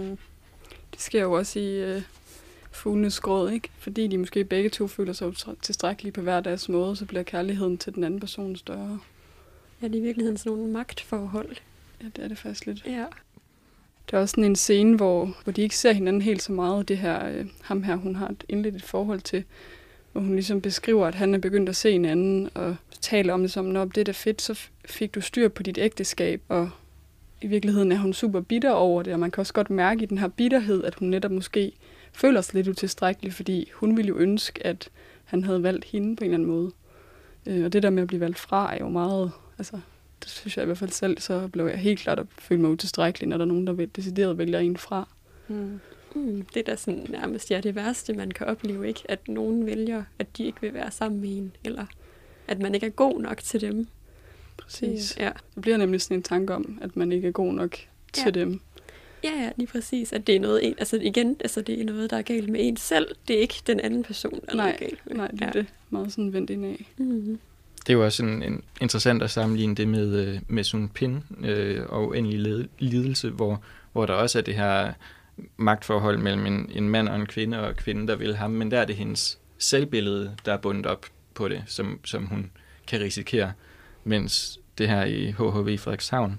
Det sker jo også i Fuglenes Gråd, ikke? Fordi de måske begge to føler sig tilstrækkelige på hver deres måde, så bliver kærligheden til den anden person større. Ja, det er i virkeligheden sådan nogle magtforhold. Ja, det er det faktisk lidt. Ja. Der er også sådan en scene, hvor de ikke ser hinanden helt så meget. Det her, ham her, hun har indledt et forhold til, hvor hun ligesom beskriver, at han er begyndt at se en anden, og taler om det som, når det er da fedt, så fik du styr på dit ægteskab, og i virkeligheden er hun super bitter over det, og man kan også godt mærke i den her bitterhed, at hun netop måske føler sig lidt utilstrækkelig, fordi hun ville jo ønske, at han havde valgt hende på en eller anden måde. Og det der med at blive valgt fra er jo meget, altså det synes jeg i hvert fald selv, så blev jeg helt klart at føle mig utilstrækkelig, når der er nogen, der decideret vælger en fra. Det er da sådan nærmest det værste, man kan opleve, ikke? At nogen vælger, at de ikke vil være sammen med en, eller at man ikke er god nok til dem. Præcis. Ja. Det bliver nemlig sådan en tanke om, at man ikke er god nok til dem. Ja, lige præcis. At det er noget, det er noget, der er galt med en selv. Det er ikke den anden person, der er galt med. Nej, det er det. Meget sådan vendt ind af. Mm-hmm. Det er jo også en interessant at sammenligne det med Sun Pin og uendelig lidelse, hvor der også er det her magtforhold mellem en mand og en kvinde, og kvinden, der vil ham. Men der er det hendes selvbillede, der er bundet op på det, som hun kan risikere. Mens det her i HHV Frederikshavn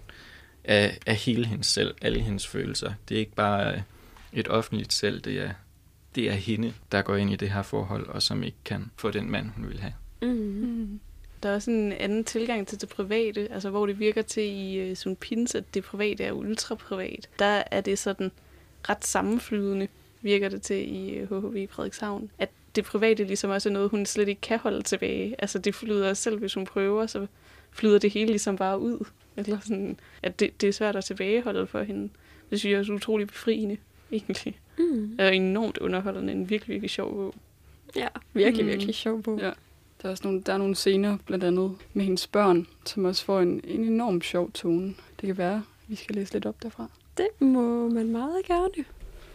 er hele hendes selv, alle hendes følelser. Det er ikke bare et offentligt selv, det er hende, der går ind i det her forhold, og som ikke kan få den mand, hun vil have. Mm-hmm. Der er også en anden tilgang til det private, altså hvor det virker til i Sun Pins, at det private er ultraprivat. Der er det sådan ret sammenflydende, virker det til i HHV Frederikshavn. At det private ligesom også er noget, hun slet ikke kan holde tilbage. Altså det flyder selv, hvis hun prøver, så flyder det hele ligesom bare ud. Eller sådan, at det er svært at tilbageholde for hende. Det synes jeg er utroligt befriende, egentlig. Og enormt underholdende, en virkelig, virkelig sjov bog. Ja, virkelig sjov bog. Ja. Der er også nogle scener, blandt andet med hendes børn, som også får en enormt sjov tone. Det kan være, vi skal læse lidt op derfra. Det må man meget gerne.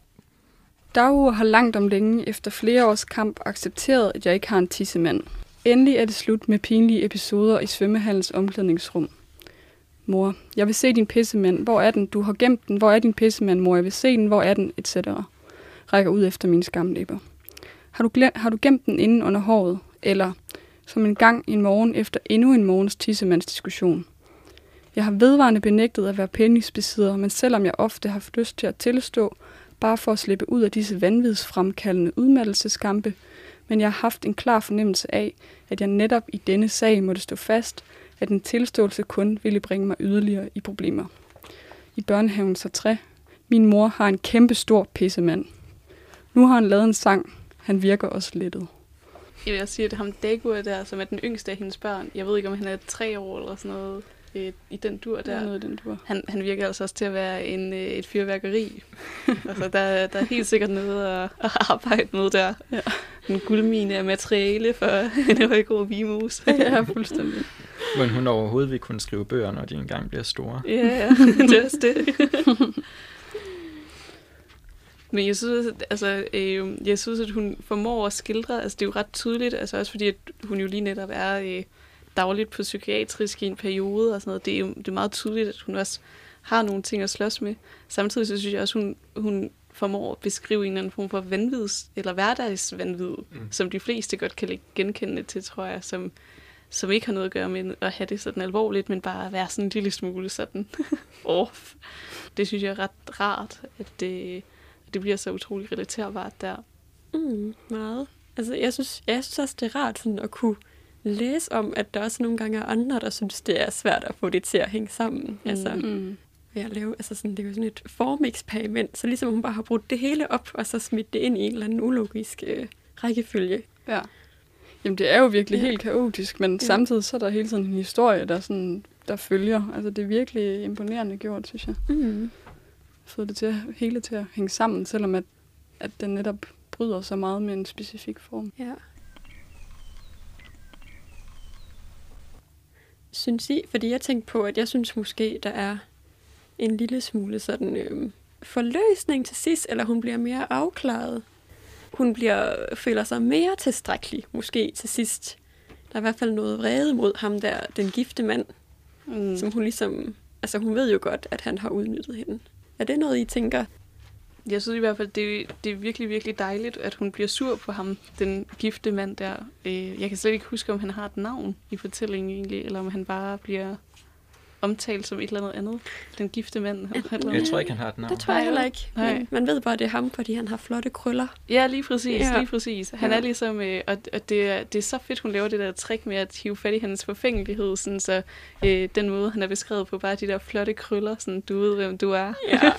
Dagur har langt om længe efter flere års kamp accepteret, at jeg ikke har en tissemand. Endelig er det slut med pinlige episoder i svømmehallens omklædningsrum. Mor, jeg vil se din pissemand. Hvor er den? Du har gemt den. Hvor er din pissemand, mor? Jeg vil se den. Hvor er den? Etc. Rækker ud efter mine skamlæber. Har du gemt den inde under håret? Eller som en gang en morgen efter endnu en morgens tissemandsdiskussion. Jeg har vedvarende benægtet at være penisbesidder, men selvom jeg ofte har haft lyst til at tilstå, bare for at slippe ud af disse vanvidsfremkaldende udmattelseskampe, Men jeg har haft en klar fornemmelse af, at jeg netop i denne sag måtte stå fast, at en tilståelse kun ville bringe mig yderligere i problemer. I børnehaven så 3. Min mor har en kæmpe stor pissemand. Nu har han lavet en sang. Han virker også lettet. Jeg vil sige, at ham Dagur der, som er den yngste af hendes børn, jeg ved ikke, om han er 3 år eller sådan noget, i den dur der. Noget i den dur. Han virker altså også til at være et fyrværkeri. Altså, der er helt sikkert noget at arbejde med der. Ja. En guldmine af materiale for en højgrå vimos. Ja, fuldstændig. Men hun overhovedet vil kunne skrive bøger, når de engang bliver store. Ja, det er også det. Men jeg synes, at hun formår at skildre, altså det er jo ret tydeligt, altså også fordi, at hun jo lige netop er dagligt på psykiatrisk i en periode og sådan noget. Det er meget tydeligt, at hun også har nogle ting at slås med. Samtidig så synes jeg også, hun formår at beskrive en eller anden form for vanvids, eller hverdagsvanvid, som de fleste godt kan genkende til, tror jeg, som ikke har noget at gøre med at have det sådan alvorligt, men bare at være sådan en lille smule sådan off. Det synes jeg er ret rart, at det bliver så utroligt relaterbart der. Meget. Altså, jeg synes også, det er rart sådan at kunne læse om, at der også nogle gange er andre, der synes, det er svært at få det til at hænge sammen. Altså, ved at lave, altså sådan, det er jo sådan et formeksperiment, så ligesom hun bare har brudt det hele op, og så smidt det ind i en eller anden ulogisk rækkefølge. Ja. Jamen, det er jo virkelig helt kaotisk, men samtidig så er der hele tiden en historie, der følger. Altså, det er virkelig imponerende gjort, synes jeg. Fået det hele til at hænge sammen, selvom at den netop bryder så meget med en specifik form. Ja. Synes I, fordi jeg tænkte på, at jeg synes måske, der er en lille smule sådan forløsning til sidst, eller hun bliver mere afklaret. Hun føler sig mere tilstrækkelig, måske til sidst. Der er i hvert fald noget vrede mod ham der, den gifte mand, som hun ligesom, altså hun ved jo godt, at han har udnyttet hende. Er det noget, I tænker? Jeg synes i hvert fald, det er virkelig, virkelig dejligt, at hun bliver sur på ham, den gifte mand der. Jeg kan slet ikke huske, om han har et navn i fortællingen egentlig, eller om han bare bliver omtalt som et eller andet. Den gifte mand. Jeg tror ikke, han har et navn. Det tror jeg heller ikke. Men man ved bare, det er ham, fordi han har flotte krøller. Ja, lige præcis. Han er ligesom, og det er så fedt, hun laver det der trick med at hive fat i hans forfængelighed, sådan, så den måde, han er beskrevet på, bare de der flotte krøller, sådan, du ved, hvem du er. Ja.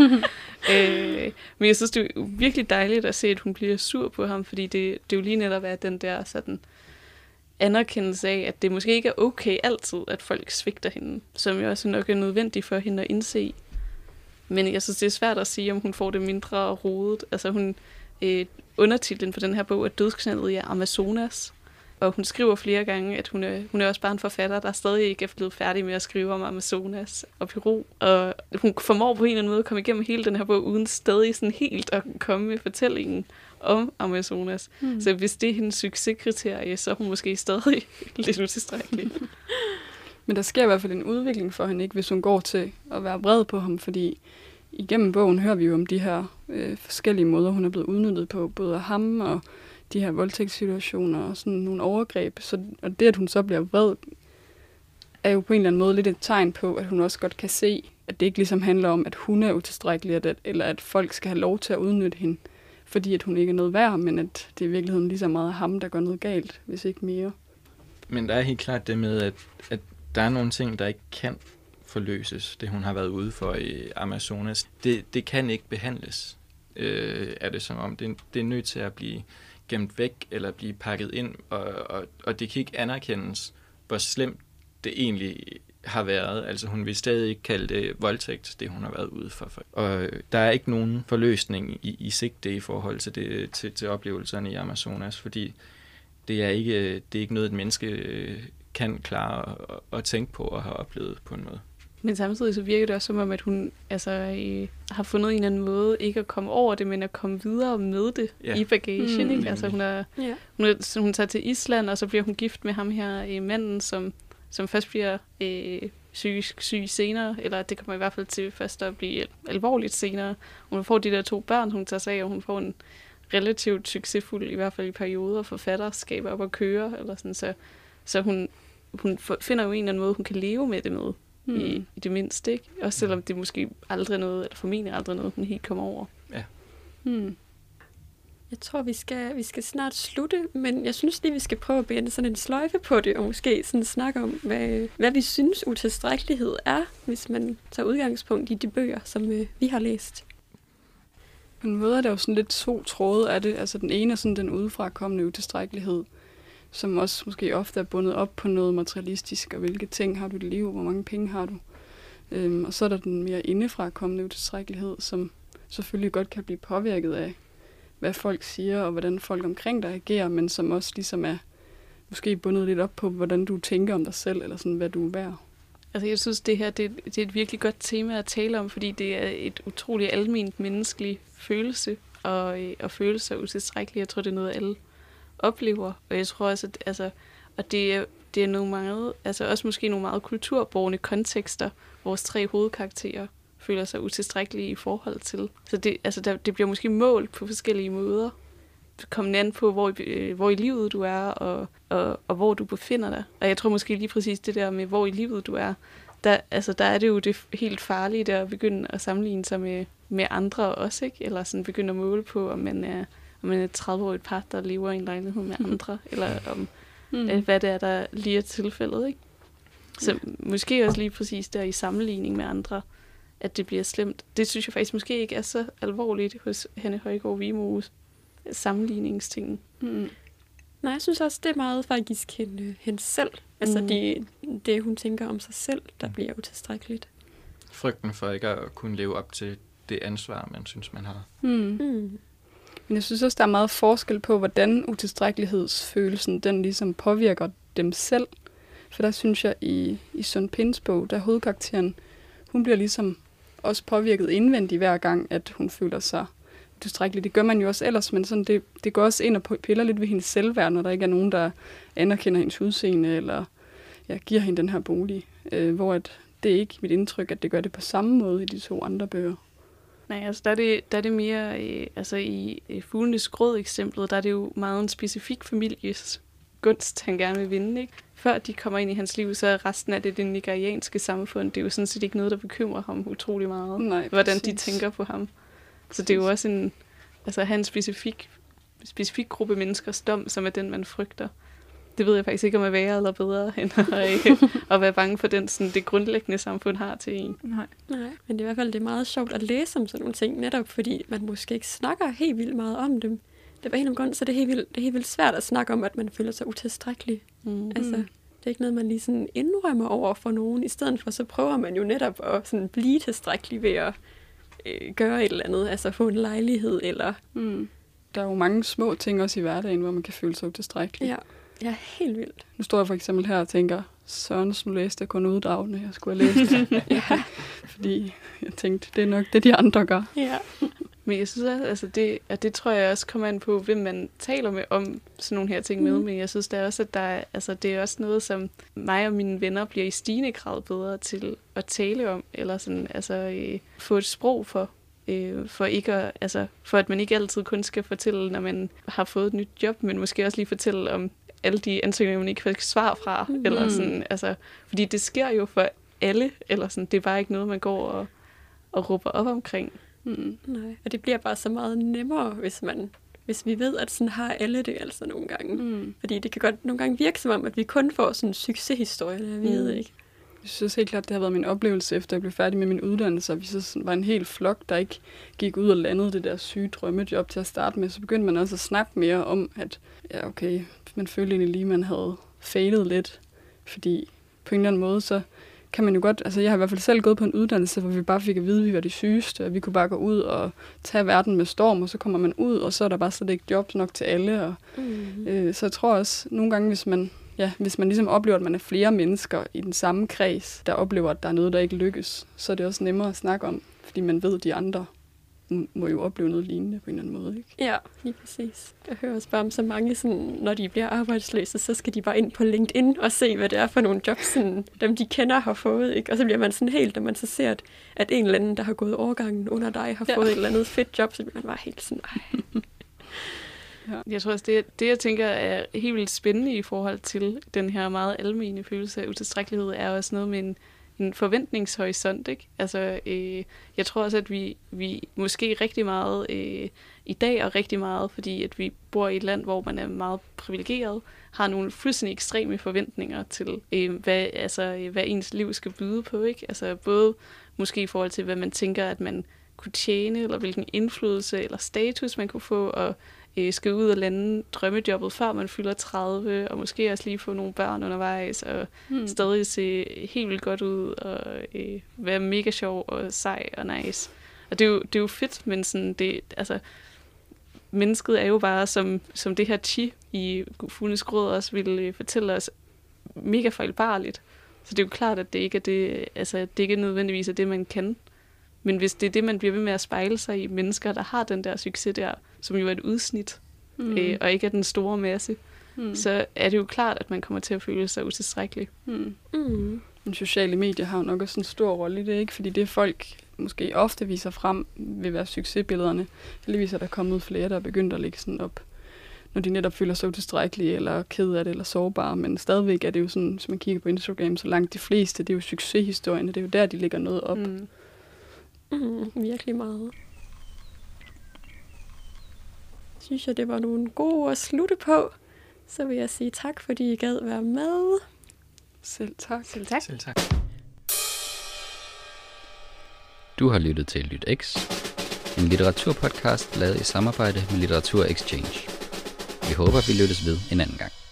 Men jeg synes, det er virkelig dejligt at se, at hun bliver sur på ham, fordi det jo lige netop er den der sådan anerkendelse af, at det måske ikke er okay altid, at folk svigter hende, som jo også nok er nødvendigt for hende at indse. Men jeg synes, det er svært at sige, om hun får det mindre rodet. Altså undertitlen på den her bog er Dødsknaldet i Amazonas, og hun skriver flere gange, at hun er også bare en forfatter, der stadig ikke er blevet færdig med at skrive om Amazonas og Peru. Og hun formår på en eller anden måde at komme igennem hele den her bog, uden stadig sådan helt at komme med fortællingen om Amazonas. Så hvis det er hendes succeskriterie, så er hun måske stadig lidt utilstrækkelig. Men der sker i hvert fald en udvikling for hende, ikke, hvis hun går til at være vred på ham, fordi igennem bogen hører vi jo om de her forskellige måder, hun er blevet udnyttet på, både af ham og de her voldtægtssituationer og sådan nogle overgreb. Og det, at hun så bliver vred, er jo på en eller anden måde lidt et tegn på, at hun også godt kan se, at det ikke ligesom handler om, at hun er utilstrækkelig, eller at folk skal have lov til at udnytte hende, fordi at hun ikke er noget værd, men at det i virkeligheden lige så meget ham, der gør noget galt, hvis ikke mere. Men der er helt klart det med, at der er nogle ting, der ikke kan forløses, det hun har været ude for i Amazonas. Det kan ikke behandles, er det som om. Det er nødt til at blive gemt væk, eller blive pakket ind, og det kan ikke anerkendes, hvor slemt det egentlig har været. Altså hun vil stadig ikke kalde det voldtægt, det hun har været ude for. Og der er ikke nogen forløsning i sigte i forhold til til oplevelserne i Amazonas, fordi det er ikke noget, et menneske kan klare at tænke på og have oplevet på en måde. Men samtidig så virker det også som om, at hun har fundet en eller anden måde ikke at komme over det, men at komme videre med det i bagagen. Ikke? Altså hun tager til Island, og så bliver hun gift med ham her, manden, som først bliver psykisk syg senere, eller det kommer i hvert fald til først at blive alvorligt senere. Hun får de der 2 børn, hun tager sig af, og hun får en relativt succesfuld, i hvert fald i perioder, forfatterskab op at køre, eller sådan, så hun finder jo en eller anden måde, hun kan leve med det med, i det mindste, ikke? Også selvom det måske aldrig noget, eller formentlig aldrig noget, hun helt kommer over. Ja. Jeg tror, vi skal snart slutte, men jeg synes lige, vi skal prøve at binde sådan en sløjfe på det, og måske sådan snakke om, hvad vi synes utilstrækkelighed er, hvis man tager udgangspunkt i de bøger, som vi har læst. På en måde er der jo sådan lidt to tråde af det. Altså den ene er sådan den udefrakommende utilstrækkelighed, som også måske ofte er bundet op på noget materialistisk, og hvilke ting har du i dit liv, hvor mange penge har du. Og så er der den mere indefrakommende utilstrækkelighed, som selvfølgelig godt kan blive påvirket af, hvad folk siger, og hvordan folk omkring dig agerer, men som også ligesom er måske bundet lidt op på, hvordan du tænker om dig selv, eller sådan, hvad du er værd. Altså jeg synes, det her det er et virkelig godt tema at tale om, fordi det er et utroligt alment menneskelig følelse, og følelse er utilstrækkeligt. Jeg tror, det er noget, alle oplever, og jeg tror også, at det er nogle meget, altså også måske nogle meget kulturbårne kontekster, vores 3 hovedkarakterer føler sig utilstrækkelige i forhold til. Så det bliver måske målt på forskellige måder. Komme an på, hvor i livet du er, og hvor du befinder dig. Og jeg tror måske lige præcis det der med, hvor i livet du er, der er det jo det helt farlige der at begynde at sammenligne sig med andre også, ikke? Eller sådan begynde at måle på, om man er et 30-årigt par, der lever i en lejlighed med andre, eller om hvad det er, der lige er tilfældet, ikke? Så måske også lige præcis der i sammenligning med andre, at det bliver slemt. Det synes jeg faktisk måske ikke er så alvorligt hos Hanne Højgaard Wimoes sammenligningsting. Nej, jeg synes også, det er meget faktisk hende selv. Altså det, hun tænker om sig selv, der bliver utilstrækkeligt. Frygten for ikke at kunne leve op til det ansvar, man synes, man har. Men jeg synes også, der er meget forskel på, hvordan utilstrækkelighedsfølelsen, den ligesom påvirker dem selv. For der synes jeg, i Sun Pins bog, der hovedkarakteren, hun bliver ligesom også påvirket indvendigt hver gang, at hun føler sig utilstrækkelig. Det gør man jo også ellers, men sådan det går også ind og piller lidt ved hendes selvværd, når der ikke er nogen, der anerkender hendes udseende, eller giver hende den her bolig. Hvor det er ikke mit indtryk, at det gør det på samme måde i de 2 andre bøger. Nej, altså der er det mere, i Fuglenes Gråd eksemplet, der er det jo meget en specifik families gunst, han gerne vil vinde, ikke? Før de kommer ind i hans liv, så er resten af det nigerianske samfund, det er jo sådan set ikke noget, der bekymrer ham utrolig meget. Nej, hvordan de tænker på ham. Så det er jo også en specifik gruppe menneskers dom, som er den, man frygter. Det ved jeg faktisk ikke, om er værre eller bedre, end at være bange for det grundlæggende samfund har til en. Nej, men det er i hvert fald det er meget sjovt at læse om sådan nogle ting, netop fordi man måske ikke snakker helt vildt meget om dem. Det var en af grunden, så det er helt vildt svært at snakke om, at man føler sig utilstrækkelig. Altså, det er ikke noget, man lige sådan indrømmer over for nogen. I stedet for, så prøver man jo netop at sådan blive tilstrækkelig ved at gøre et eller andet. Altså få en lejlighed, eller... Der er jo mange små ting også i hverdagen, hvor man kan føle sig utilstrækkelig. Ja, helt vildt. Nu står jeg for eksempel her og tænker, Sørens, nu læste jeg kun uddragene, jeg skulle have læst det. Fordi jeg tænkte, det er nok det, de andre gør. Ja. Men jeg synes også, det tror jeg også kommer an på, hvem man taler med om sådan nogle her ting med. Men jeg synes der er også, at det er også noget, som mig og mine venner bliver i stigende grad bedre til at tale om, eller sådan, få et sprog for. For at man ikke altid kun skal fortælle, når man har fået et nyt job, men måske også lige fortælle om alle de ansøgninger, man ikke fik svar fra. Eller sådan, fordi det sker jo for alle, eller sådan, det er bare ikke noget, man går og råber op omkring. Nej, og det bliver bare så meget nemmere, hvis vi ved, at sådan har alle det altså nogle gange. Fordi det kan godt nogle gange virke som om, at vi kun får sådan en succeshistorie, der vi ved, ikke? Jeg synes helt klart, det har været min oplevelse, efter jeg blev færdig med min uddannelse, og vi så var en hel flok, der ikke gik ud og landede det der syge drømmejob til at starte med. Så begyndte man også at snakke mere om, at man følte egentlig lige, man havde failet lidt. Fordi på en eller anden måde, så kan man jo godt... Altså jeg har i hvert fald selv gået på en uddannelse, hvor vi bare fik at vide, at vi var de sygeste, og vi kunne bare gå ud og tage verden med storm, og så kommer man ud, og så er der bare slet ikke jobs nok til alle. Og, så jeg tror også, nogle gange, hvis man ligesom oplever, at man er flere mennesker i den samme kreds, der oplever, at der er noget, der ikke lykkes, så er det også nemmere at snakke om, fordi man ved, at de andre må jo opleve noget lignende på en eller anden måde, ikke? Ja, lige præcis. Jeg hører også bare om så mange, sådan, når de bliver arbejdsløse, så skal de bare ind på LinkedIn og se, hvad det er for nogle jobs, sådan, dem de kender har fået, ikke? Og så bliver man sådan helt, når man så ser, at en eller anden, der har gået overgangen under dig, har fået et eller andet fedt job, så bliver man bare helt sådan, Ja. Jeg tror også, det jeg tænker er helt vildt spændende i forhold til den her meget almene følelse af utilstrækkelighed, er også noget med en forventningshorisont, ikke? Altså, jeg tror også, at vi måske rigtig meget i dag, og rigtig meget, fordi at vi bor i et land, hvor man er meget privilegeret, har nogle fuldstændig ekstreme forventninger til, hvad ens liv skal byde på, ikke? Altså, både måske i forhold til, hvad man tænker, at man kunne tjene, eller hvilken indflydelse eller status man kunne få, og skal ud og lande drømmejobbet, før man fylder 30, og måske også lige få nogle børn undervejs, og stadig se helt vildt godt ud, og være mega sjov og sej og nice. Og det er jo fedt, men sådan, mennesket er jo bare, som det her chi i Fuglenes Gråd også ville fortælle os, mega fejlbarligt. Så det er jo klart, at det ikke er det, altså det ikke nødvendigvis er det, man kan. Men hvis det er det, man bliver ved med at spejle sig i mennesker, der har den der succes der, som jo er et udsnit, og ikke er den store masse, så er det jo klart, at man kommer til at føle sig utilstrækkelig. Men sociale medier har jo nok også en stor rolle i det, ikke? Fordi det folk måske ofte viser frem, vil være succesbillederne. Heldigvis er der kommet flere, der er begyndt at lægge sådan op, når de netop føler sig utilstrækkelige, eller ked af det, eller sårbare. Men stadigvæk er det jo sådan, hvis man kigger på Instagram, så langt de fleste, det er jo succeshistorierne. Det er jo der, de lægger noget op. Virkelig meget. Synes jeg, det var nogle gode ord at slutte på. Så vil jeg sige tak, fordi I gad være med. Selv tak. Selv tak. Selv tak. Du har lyttet til LytX, en litteraturpodcast lavet i samarbejde med Litteratur Exchange. Vi håber, vi lyttes ved en anden gang.